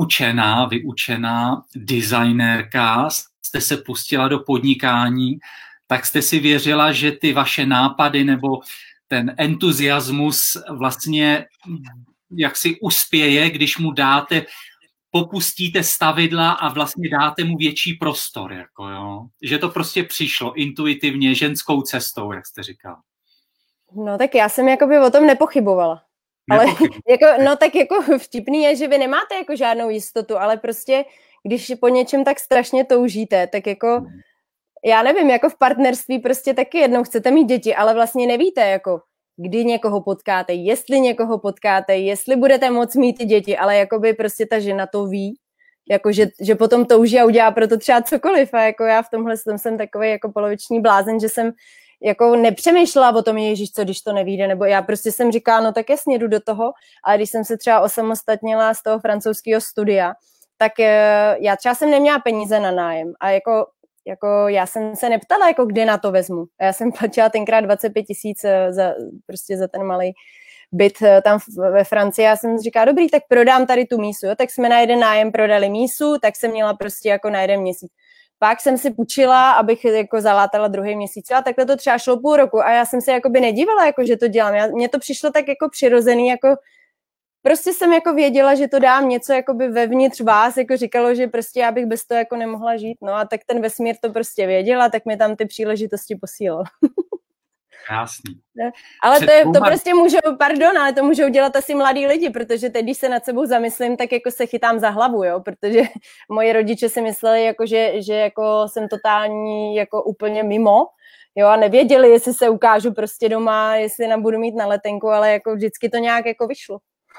vyučená designérka jste se pustila do podnikání, tak jste si věřila, že ty vaše nápady nebo ten entuziasmus vlastně jak si uspěje, když mu popustíte stavidla a vlastně dáte mu větší prostor, jako jo. Že to prostě přišlo intuitivně ženskou cestou, jak jste říkal. No tak já jsem jakoby o tom nepochybovala. Ale jako, no tak jako vtipný je, že vy nemáte jako žádnou jistotu, ale prostě když po něčem tak strašně toužíte, tak jako já nevím, jako v partnerství prostě taky jednou chcete mít děti, ale vlastně nevíte, jako kdy někoho potkáte, jestli budete moct mít ty děti, ale jakoby prostě ta žena to ví, jako že potom touží a udělá pro to třeba cokoliv a jako já v tomhle jsem takový jako poloviční blázen, že jsem jako nepřemýšlela o tom, ježiš, co když to nevyjde, nebo já prostě jsem říkala, no tak jasně jdu do toho, ale když jsem se třeba osamostatnila z toho francouzského studia, tak já třeba jsem neměla peníze na nájem a jako já jsem se neptala, jako kde na to vezmu. Já jsem platila tenkrát 25 000 za ten malý byt tam ve Francii. Já jsem říkala, dobrý, tak prodám tady tu mísu. Jo? Tak jsme na jeden nájem prodali mísu, tak jsem měla prostě jako na jeden měsíc. Pak jsem si půjčila, abych jako zalátala druhý měsíc. A takhle to třeba šlo půl roku a já jsem se jakoby nedívala, jako, že to dělám. Mně to přišlo tak jako přirozený, jako prostě jsem jako věděla, že to dám něco jakoby vevnitř vás, jako říkalo, že prostě já bych bez toho jako nemohla žít. No a tak ten vesmír to prostě věděla, tak mi tam ty příležitosti posílal. Krásný. Ale to prostě to můžou dělat asi mladí lidi, protože teď, když se nad sebou zamyslím, tak jako se chytám za hlavu, jo, protože moji rodiče si mysleli, jako, že jako jsem totální jako úplně mimo, jo, a nevěděli, jestli se ukážu prostě doma, jestli nám budu mít na letenku, ale jako vždycky to nějak jako vyšlo.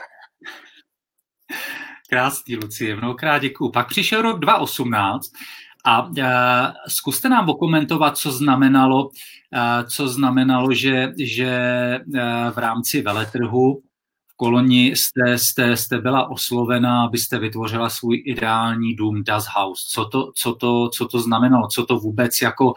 Krásný, Lucie, mnohokrát děkuju. Pak přišel rok 2018 a zkuste nám okomentovat, co znamenalo, že v rámci veletrhu v Koloni jste byla oslovena, abyste vytvořila svůj ideální dům Das Haus. Co to znamenalo? Co to vůbec jako...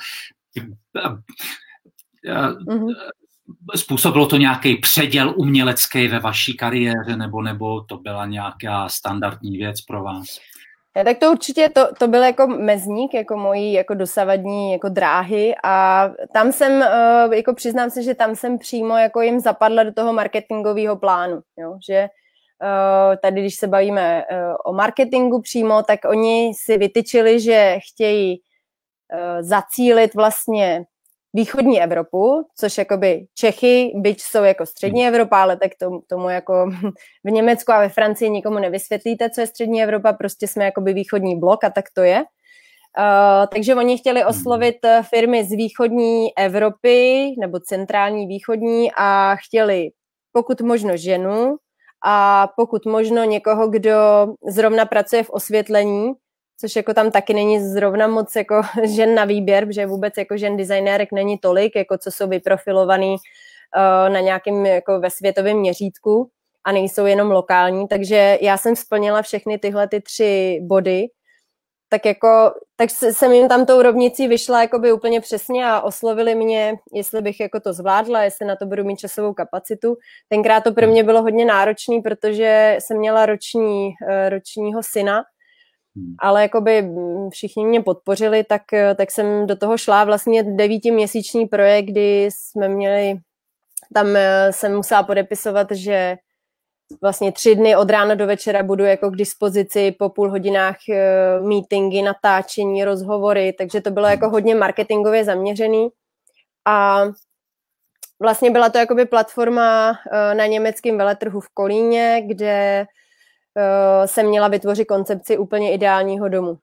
Způsobilo to nějaký předěl umělecký ve vaší kariéře, nebo to byla nějaká standardní věc pro vás? Tak to určitě, to byl jako mezník, jako mojí jako dosavadní jako dráhy a tam jsem, jako přiznám se, že tam jsem přímo jako jim zapadla do toho marketingového plánu, jo, že tady, když se bavíme o marketingu přímo, tak oni si vytyčili, že chtějí zacílit vlastně východní Evropu, což jakoby Čechy, byť jsou jako střední Evropa, ale tak tomu jako v Německu a ve Francii nikomu nevysvětlíte, co je střední Evropa, prostě jsme jakoby východní blok a tak to je. Takže oni chtěli oslovit firmy z východní Evropy nebo centrální východní a chtěli pokud možno ženu a pokud možno někoho, kdo zrovna pracuje v osvětlení, což jako tam taky není zrovna moc jako žen na výběr, protože vůbec jako žen designérek není tolik, jako co jsou vyprofilovaný na nějakém jako ve světovém měřítku a nejsou jenom lokální, takže já jsem splnila všechny tyhle ty 3 body, tak jsem jim tam tou rovnicí vyšla jakoby úplně přesně a oslovili mě, jestli bych jako to zvládla, jestli na to budu mít časovou kapacitu. Tenkrát to pro mě bylo hodně náročný, protože jsem měla ročního syna, ale jakoby všichni mě podpořili, tak jsem do toho šla. Vlastně 9měsíční projekt, kdy jsme měli, tam jsem musela podepisovat, že vlastně 3 dny od rána do večera budu jako k dispozici, po půl hodinách meetingy, natáčení, rozhovory, takže to bylo jako hodně marketingově zaměřený. A vlastně byla to jakoby platforma na německém veletrhu v Kolíně, kde jsem měla vytvořit koncepci úplně ideálního domu.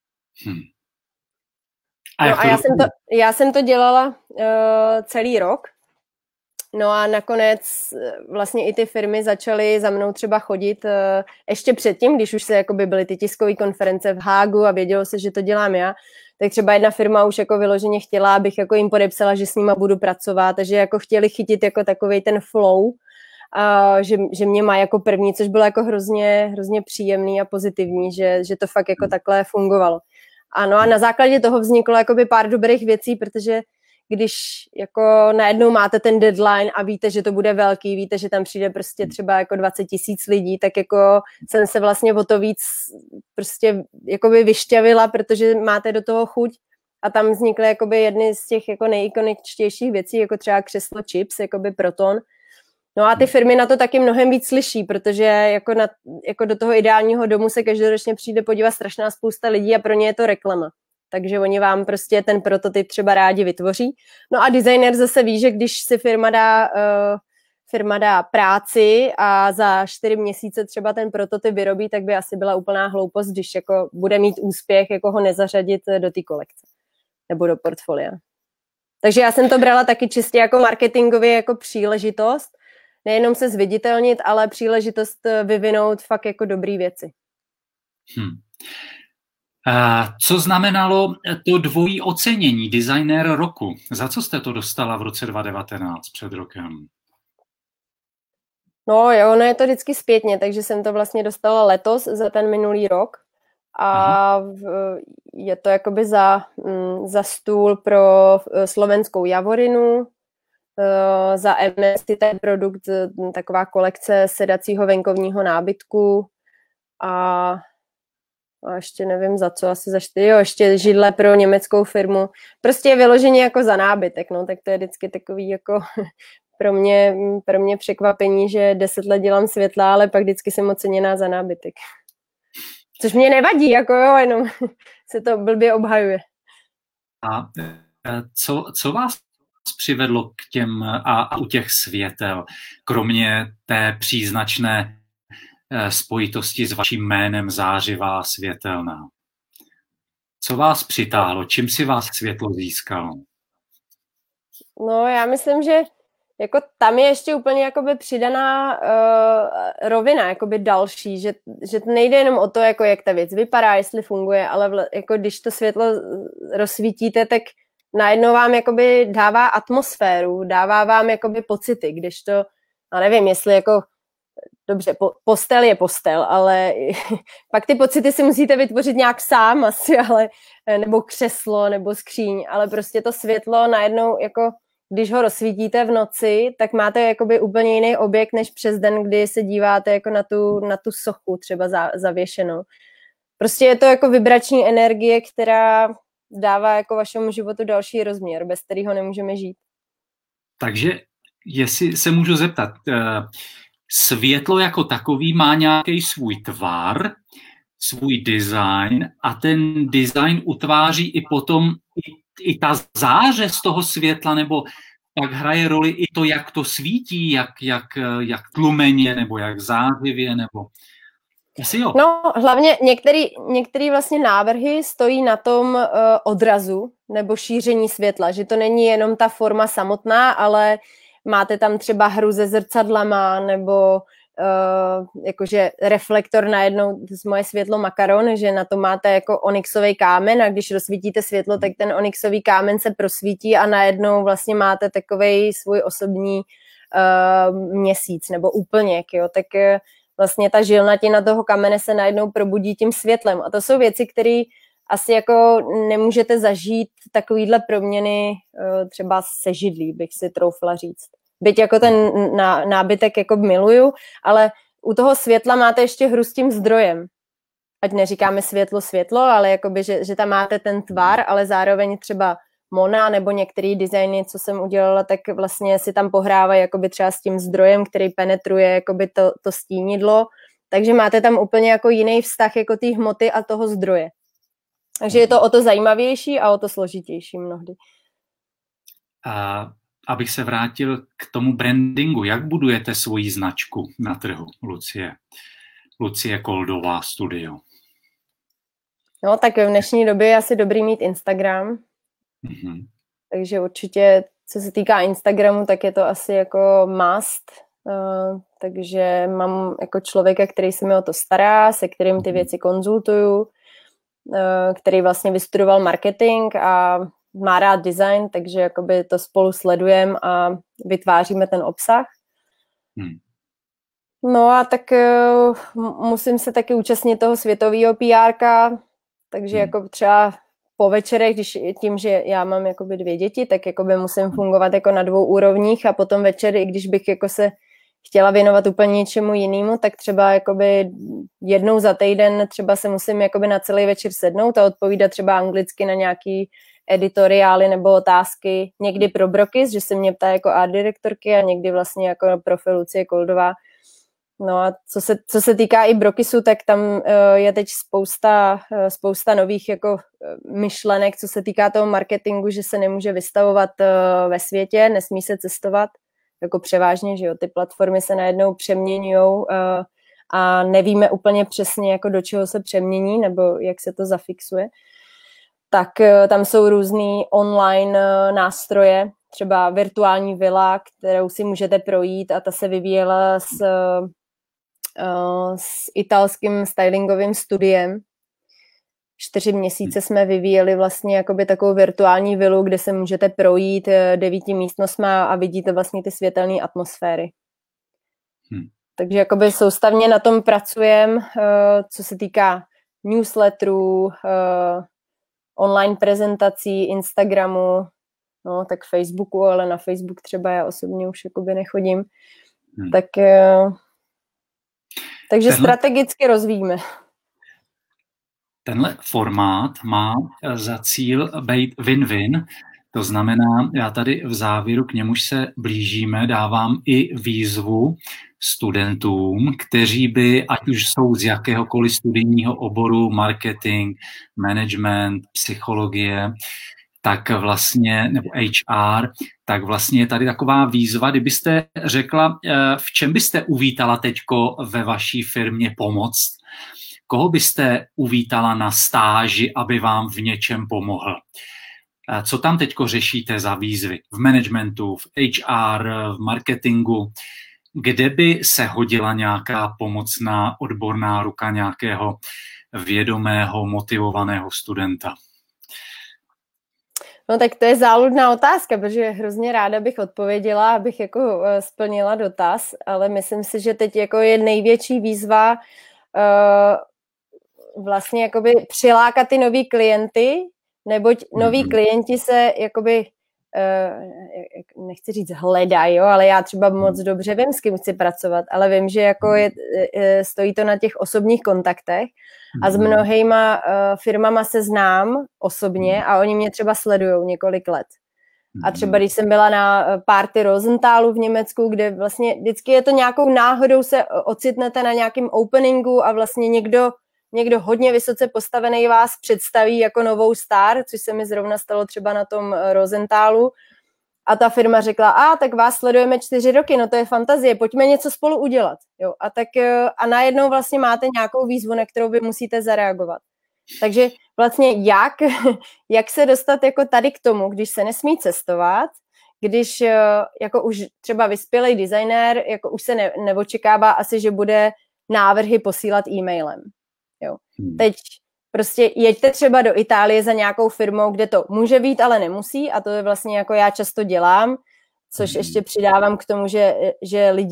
A já jsem to dělala celý rok. No a nakonec vlastně i ty firmy začaly za mnou třeba chodit ještě předtím, když už se jakoby byly ty tiskové konference v Hágu a vědělo se, že to dělám já, tak třeba jedna firma už jako vyloženě chtěla, abych jako jim podepsala, že s nima budu pracovat, takže jako chtěli chytit jako takovej ten flow, že mě má jako první, což bylo jako hrozně příjemný a pozitivní, že to fakt jako takhle fungovalo. Ano a na základě toho vzniklo jakoby pár dobrých věcí, protože když jako najednou máte ten deadline a víte, že to bude velký, víte, že tam přijde prostě třeba jako 20 000 lidí, tak jako jsem se vlastně o to víc prostě jakoby vyšťavila, protože máte do toho chuť a tam vznikly jakoby jedny z těch jako nejikoničtějších věcí, jako třeba křeslo Chips, jakoby Proton. No a ty firmy na to taky mnohem víc slyší, protože jako do toho ideálního domu se každoročně přijde podívat strašná spousta lidí a pro ně je to reklama. Takže oni vám prostě ten prototyp třeba rádi vytvoří. No a designer zase ví, že když si firma dá práci a za 4 měsíce třeba ten prototyp vyrobí, tak by asi byla úplná hloupost, když jako bude mít úspěch, jako ho nezařadit do té kolekce nebo do portfolia. Takže já jsem to brala taky čistě jako marketingově jako příležitost, nejenom se zviditelnit, ale příležitost vyvinout fakt jako dobrý věci. Co znamenalo to dvojí ocenění designér roku? Za co jste to dostala v roce 2019 před rokem? No jo, ono je to vždycky zpětně, takže jsem to vlastně dostala letos za ten minulý rok a je to jakoby za stůl pro slovenskou Javorinu, za MS, ten produkt, taková kolekce sedacího venkovního nábytku a ještě nevím za co, asi za 4, ještě židle pro německou firmu. Prostě je vyloženě jako za nábytek, no, tak to je vždycky takový jako pro mě překvapení, že 10 let dělám světla, ale pak vždycky jsem oceněná za nábytek. Což mě nevadí, jako jo, jenom se to blbě obhajuje. A co vás přivedlo k těm a u těch světel, kromě té příznačné spojitosti s vaším jménem zářivá světelná? Co vás přitáhlo? Čím si vás světlo získalo? No, já myslím, že jako tam je ještě úplně jakoby přidaná rovina, jakoby další, že nejde jenom o to, jako jak ta věc vypadá, jestli funguje, ale jako když to světlo rozsvítíte, tak najednou vám jakoby dává atmosféru, dává vám jakoby pocity, když to, a nevím, jestli jako dobře, postel je postel, ale pak ty pocity si musíte vytvořit nějak sám asi, ale, nebo křeslo, nebo skříň, ale prostě to světlo najednou, jako když ho rozsvítíte v noci, tak máte jakoby úplně jiný objekt, než přes den, kdy se díváte jako na tu sochu třeba zavěšenou. Prostě je to jako vibrační energie, která dává jako vašemu životu další rozměr, bez kterého nemůžeme žít. Takže, jestli se můžu zeptat, světlo jako takový má nějaký svůj tvar, svůj design a ten design utváří i potom i ta záře z toho světla, nebo pak hraje roli i to, jak to svítí, jak tlumeně, nebo jak zářivě, nebo... Asi jo. No, hlavně některé vlastně návrhy stojí na tom odrazu nebo šíření světla, že to není jenom ta forma samotná, ale máte tam třeba hru se zrcadlama nebo jakože reflektor najednou, to je moje světlo makaron, že na to máte jako onyxový kámen a když rozsvítíte světlo, tak ten onyxový kámen se prosvítí a najednou vlastně máte takovej svůj osobní měsíc nebo úplněk, jo, tak vlastně ta žilnatina toho kamene se najednou probudí tím světlem a to jsou věci, které asi jako nemůžete zažít takovýhle proměny třeba se židlí, bych si troufla říct. Byť jako ten nábytek jako miluju, ale u toho světla máte ještě hru s tím zdrojem. Ať neříkáme světlo, ale jakoby, že tam máte ten tvar, ale zároveň třeba Mona nebo některé designy, co jsem udělala, tak vlastně si tam pohrávají jakoby třeba s tím zdrojem, který penetruje jakoby to stínidlo. Takže máte tam úplně jako jiný vztah jako té hmoty a toho zdroje. Takže je to o to zajímavější a o to složitější mnohdy. Abych se vrátil k tomu brandingu, jak budujete svoji značku na trhu, Lucie Koldová Studio? No, tak v dnešní době je asi dobrý mít Instagram. Mm-hmm. Takže určitě, co se týká Instagramu, tak je to asi jako must. Takže mám jako člověka, který se mi o to stará, se kterým ty věci konzultuju, který vlastně vystudoval marketing a má rád design, takže jakoby to spolu sledujeme a vytváříme ten obsah. No a tak musím se taky účastnit toho světového PRka, takže jako třeba po večerech, tím, že já mám jakoby 2 děti, tak jakoby musím fungovat jako na 2 úrovních a potom večer, i když bych jako se chtěla věnovat úplně něčemu jinému, tak třeba jakoby jednou za týden třeba se musím jakoby na celý večer sednout a odpovídat třeba anglicky na nějaký editoriály nebo otázky, někdy pro Brokis, že se mě ptá jako art direktorky a někdy vlastně jako profil Lucie Koldová. No a co se týká i Brokisu, tak tam je teď spousta nových jako myšlenek, co se týká toho marketingu, že se nemůže vystavovat ve světě, nesmí se cestovat, jako převážně, že jo, ty platformy se najednou přeměňujou a nevíme úplně přesně, jako do čeho se přemění, nebo jak se to zafixuje. Tak tam jsou různý online nástroje, třeba virtuální vila, kterou si můžete projít a ta se vyvíjela s italským stylingovým studiem. 4 měsíce jsme vyvíjeli vlastně jakoby takovou virtuální vilu, kde se můžete projít 9 místnostma a vidíte vlastně ty světelné atmosféry. Takže jakoby soustavně na tom pracujeme, co se týká newsletterů, online prezentací, Instagramu, no tak Facebooku, ale na Facebook třeba já osobně už jakoby nechodím. Takže strategicky rozvíjíme. Tenhle formát má za cíl být win-win, to znamená, já tady v závěru k němuž se blížíme, dávám i výzvu studentům, kteří by, ať už jsou z jakéhokoliv studijního oboru, marketing, management, psychologie, tak vlastně, nebo HR, tak vlastně je tady taková výzva, kdybyste řekla, v čem byste uvítala teďko ve vaší firmě pomoct, koho byste uvítala na stáži, aby vám v něčem pomohl? Co tam teďko řešíte za výzvy? V managementu, v HR, v marketingu? Kde by se hodila nějaká pomocná odborná ruka nějakého vědomého, motivovaného studenta? No tak to je záludná otázka, protože hrozně ráda bych odpověděla, abych jako splnila dotaz, ale myslím si, že teď jako je největší výzva vlastně jakoby přilákat ty nový klienty, neboť noví klienti se jakoby, nechci říct hledají, ale já třeba moc dobře vím, s kým chci pracovat, ale vím, že jako stojí to na těch osobních kontaktech a s mnohýma firmama se znám osobně a oni mě třeba sledujou několik let. A třeba když jsem byla na party Rosenthalu v Německu, kde vlastně vždycky je to nějakou náhodou se ocitnete na nějakém openingu a vlastně někdo hodně vysoce postavený vás představí jako novou star, což se mi zrovna stalo třeba na tom Rosenthalu. A ta firma řekla, tak vás sledujeme 4 roky, no to je fantazie, pojďme něco spolu udělat. Jo, a najednou vlastně máte nějakou výzvu, na kterou vy musíte zareagovat. Takže vlastně jak se dostat jako tady k tomu, když se nesmí cestovat, když jako už třeba vyspělý designér, jako už se neočekává asi, že bude návrhy posílat e-mailem. Jo. Teď prostě jeďte třeba do Itálie za nějakou firmou, kde to může být, ale nemusí a to je vlastně jako já často dělám, což ještě přidávám k tomu, že lidi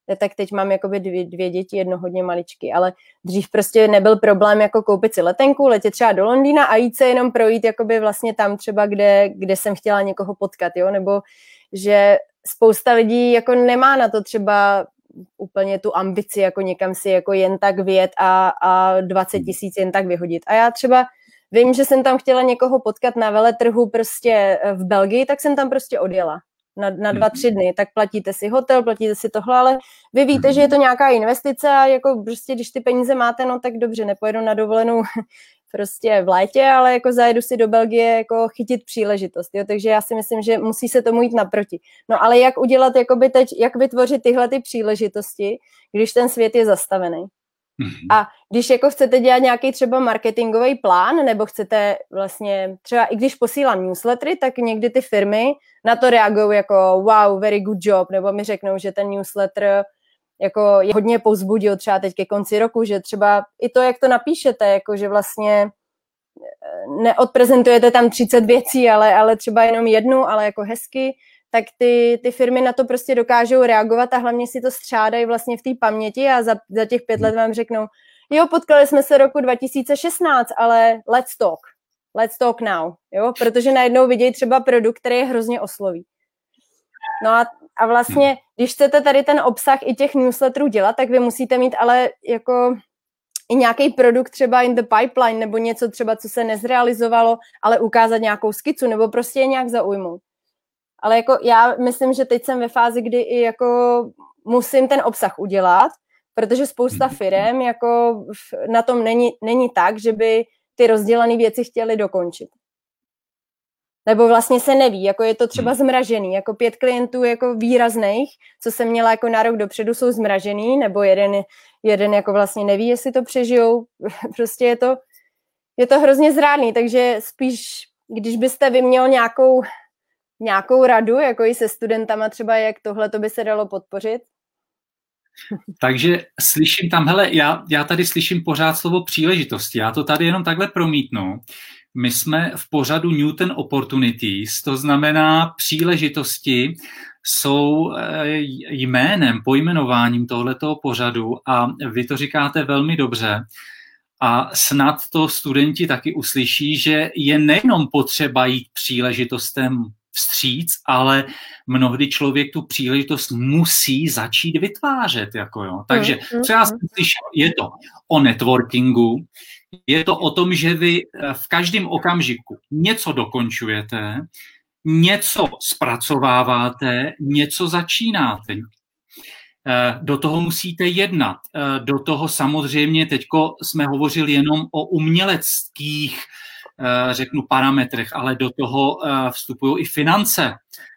tak teď mám jakoby dvě děti, jedno hodně maličky, ale dřív prostě nebyl problém jako koupit si letenku, letět třeba do Londýna a jít se jenom projít jakoby vlastně tam třeba, kde jsem chtěla někoho potkat, jo, nebo že spousta lidí jako nemá na to třeba úplně tu ambici jako někam si jako jen tak vyjet a 20 000 jen tak vyhodit. A já třeba vím, že jsem tam chtěla někoho potkat na veletrhu prostě v Belgii, tak jsem tam prostě odjela na 2-3 dny, tak platíte si hotel, platíte si tohle, ale vy víte, že je to nějaká investice a jako prostě, když ty peníze máte, no tak dobře, nepojedu na dovolenou prostě v létě, ale jako zajedu si do Belgie jako chytit příležitost, jo, takže já si myslím, že musí se tomu jít naproti. No ale jak udělat jakoby teď, jak vytvořit tyhle ty příležitosti, když ten svět je zastavený? A když jako chcete dělat nějaký třeba marketingový plán, nebo chcete vlastně, třeba i když posílám newslettery, tak někdy ty firmy na to reagují jako wow, very good job, nebo mi řeknou, že ten newsletter jako je hodně povzbudil třeba teď ke konci roku, že třeba i to, jak to napíšete, jako že vlastně neodprezentujete tam 30 věcí, ale třeba jenom jednu, ale jako hezky, tak ty firmy na to prostě dokážou reagovat a hlavně si to střádají vlastně v té paměti a za těch 5 let vám řeknou, jo, potkali jsme se roku 2016, ale let's talk now, jo, protože najednou vidějí třeba produkt, který je hrozně osloví. No a vlastně, když chcete tady ten obsah i těch newsletterů dělat, tak vy musíte mít ale jako i nějaký produkt třeba in the pipeline, nebo něco třeba, co se nezrealizovalo, ale ukázat nějakou skicu, nebo prostě je nějak zaujmout. Ale jako já myslím, že teď jsem ve fázi, kdy i jako musím ten obsah udělat, protože spousta firem jako na tom není tak, že by ty rozdělané věci chtěli dokončit. Nebo vlastně se neví, jako je to třeba zmražený, jako 5 klientů jako výrazných, co jsem měla jako na rok dopředu, jsou zmražený, nebo jeden jako vlastně neví, jestli to přežijou, prostě je to hrozně zrádný, takže spíš, když byste vy měl nějakou radu, jako i se studentama třeba, jak tohle to by se dalo podpořit? Takže slyším tam, hele, já tady slyším pořád slovo příležitosti, já to tady jenom takhle promítnu. My jsme v pořadu Newton Opportunities, to znamená příležitosti jsou pojmenováním tohletoho pořadu a vy to říkáte velmi dobře. A snad to studenti taky uslyší, že je nejenom potřeba jít příležitostem vstříc, ale mnohdy člověk tu příležitost musí začít vytvářet. Jako jo. Takže co já jsem slyšel, je to o networkingu, je to o tom, že vy v každém okamžiku něco dokončujete, něco zpracováváte, něco začínáte. Do toho musíte jednat. Do toho samozřejmě, teďko jsme hovořili jenom o uměleckých, řeknu, parametrech, ale do toho vstupují i finance,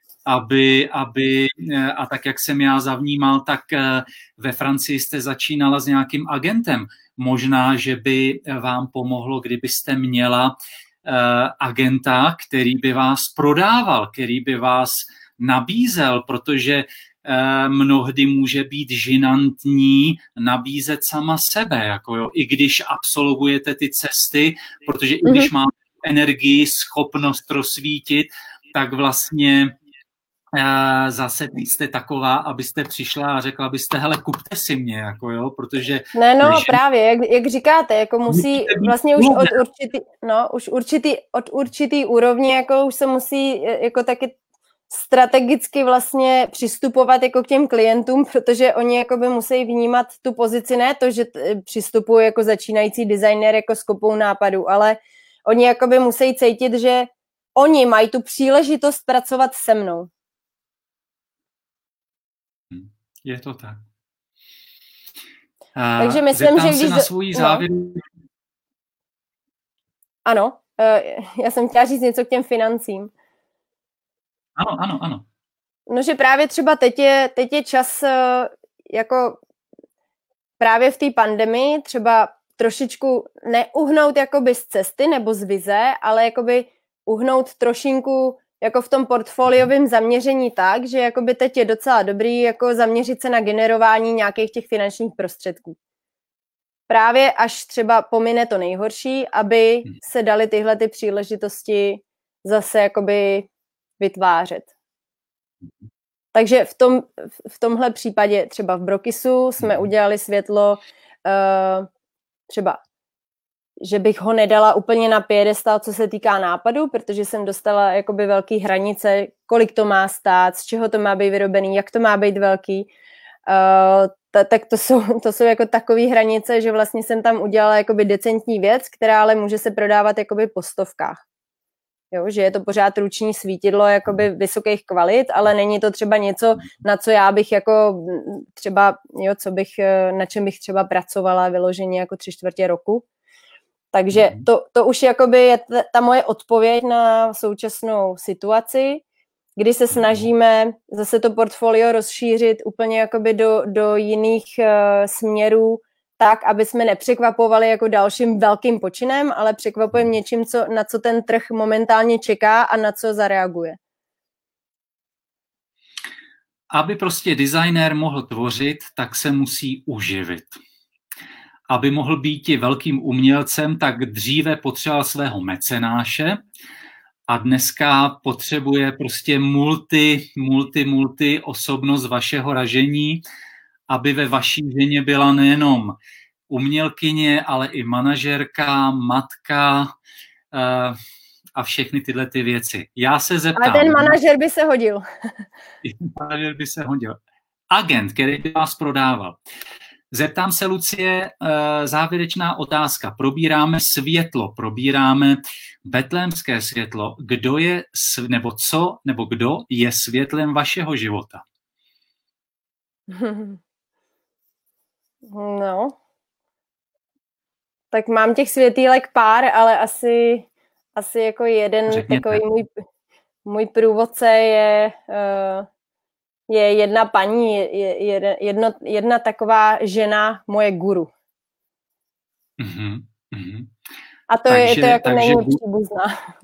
a tak, jak jsem já zavnímal, tak ve Francii jste začínala s nějakým agentem. Možná, že by vám pomohlo, kdybyste měla agenta, který by vás prodával, který by vás nabízel, protože mnohdy může být žinantní nabízet sama sebe, jako jo, i když absolvujete ty cesty, protože i když máte energii, schopnost rozsvítit, tak vlastně zase jste taková, abyste přišla a řekla byste, hele, kupte si mě, jako jo, protože... Právě, jak říkáte, jako musí vlastně už od určitý úrovně, jako už se musí jako taky strategicky vlastně přistupovat jako k těm klientům, protože oni jakoby musí vnímat tu pozici, ne to, že přistupují jako začínající designer jako s kopou nápadů, ale oni jakoby musí cítit, že oni mají tu příležitost pracovat se mnou. Je to tak. Takže myslím, že když... na svůj závěr... Ano, já jsem chtěla říct něco k těm financím. Ano. No, že právě třeba teď je čas jako právě v té pandemii třeba trošičku neuhnout jakoby z cesty nebo z vize, ale jakoby uhnout trošinku jako v tom portfoliovém zaměření tak, že jakoby teď je docela dobrý jako zaměřit se na generování nějakých těch finančních prostředků. Právě až třeba pomine to nejhorší, aby se daly tyhle ty příležitosti zase jakoby vytvářet. Takže v tomhle případě třeba v Brokisu jsme udělali světlo třeba, že bych ho nedala úplně na piedestal, co se týká nápadu, protože jsem dostala jakoby velký hranice, kolik to má stát, z čeho to má být vyrobený, jak to má být velký. Tak to jsou jako takové hranice, že vlastně jsem tam udělala jakoby decentní věc, která ale může se prodávat jakoby po stovkách. Jo, že je to pořád ruční svítidlo jakoby vysokých kvalit, ale není to třeba něco, na co já bych jako třeba, jo, na čem bych třeba pracovala vyloženě jako 3/4 roku. Takže to už jakoby je ta moje odpověď na současnou situaci, kdy se snažíme zase to portfolio rozšířit úplně jakoby do jiných směrů, tak, aby jsme nepřekvapovali jako dalším velkým počinem, ale překvapujeme něčím, na co ten trh momentálně čeká a na co zareaguje. Aby prostě designér mohl tvořit, tak se musí uživit. Aby mohl být i velkým umělcem, tak dříve potřeboval svého mecenáše a dneska potřebuje prostě multi osobnost vašeho ražení, aby ve vaší ženě byla nejenom umělkyně, ale i manažerka, matka a všechny tyhle ty věci. Já se zeptám. A ten manažer by se hodil. Manažer by se hodil. Agent, který by vás prodával. Zeptám se, Lucie, závěrečná otázka. Probíráme světlo, probíráme betlémské světlo. Kdo je, kdo je světlem vašeho života? No, tak mám těch světýlek pár, ale asi jako jeden takový můj průvodce je jedna paní, jedna taková žena, moje guru. A to není příbuzná.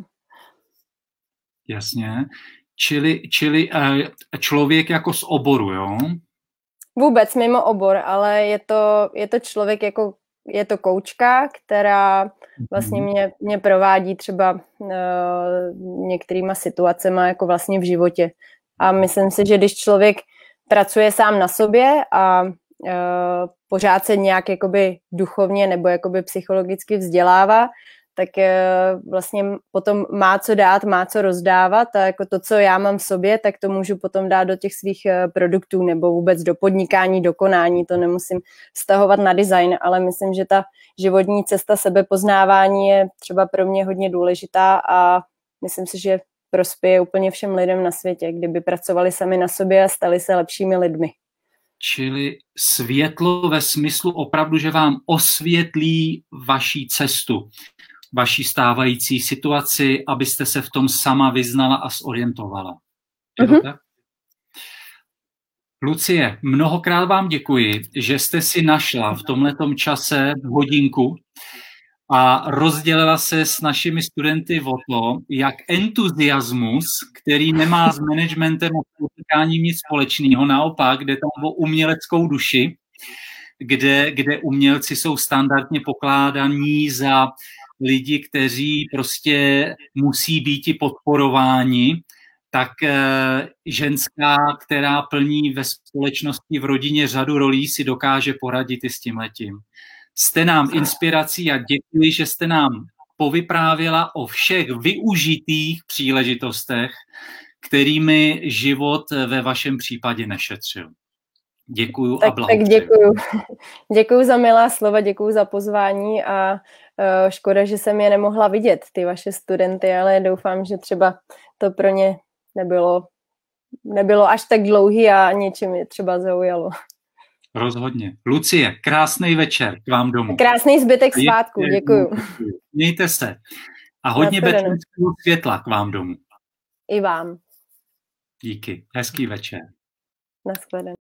Jasně. Čili člověk jako z oboru, jo? Vůbec mimo obor, ale je to člověk jako, je to koučka, která vlastně mě provádí třeba některýma situacema jako vlastně v životě. A myslím si, že když člověk pracuje sám na sobě a pořád se nějak jakoby duchovně nebo jakoby psychologicky vzdělává, tak vlastně potom má co dát, má co rozdávat a jako to, co já mám v sobě, tak to můžu potom dát do těch svých produktů nebo vůbec do podnikání, do konání. To nemusím vztahovat na design, ale myslím, že ta životní cesta sebepoznávání je třeba pro mě hodně důležitá a myslím si, že prospěje úplně všem lidem na světě, kdyby pracovali sami na sobě a stali se lepšími lidmi. Čili světlo ve smyslu opravdu, že vám osvětlí vaši cestu, vaší stávající situaci, abyste se v tom sama vyznala a zorientovala. Je to tak? Lucie, mnohokrát vám děkuji, že jste si našla v tomhletom čase hodinku a rozdělila se s našimi studenty o to, jak entuziasmus, který nemá s managementem a podnikáním nic společného, naopak jde tam o uměleckou duši, kde umělci jsou standardně pokládaní za lidi, kteří prostě musí být i podporováni, tak ženská, která plní ve společnosti v rodině řadu rolí, si dokáže poradit i s tímhletím. Jste nám inspirací a děkuji, že jste nám povyprávěla o všech využitých příležitostech, kterými život ve vašem případě nešetřil. Děkuju a blahopřeju. Tak děkuju za milá slova, děkuju za pozvání a škoda, že jsem je nemohla vidět, ty vaše studenty, ale doufám, že třeba to pro ně nebylo až tak dlouhý a něčím je třeba zaujalo. Rozhodně. Lucie, krásný večer k vám domů. Krásný zbytek svátku, děkuju. Mějte se. A hodně betlémského světla k vám domů. I vám. Díky. Hezký večer. Nashledanou.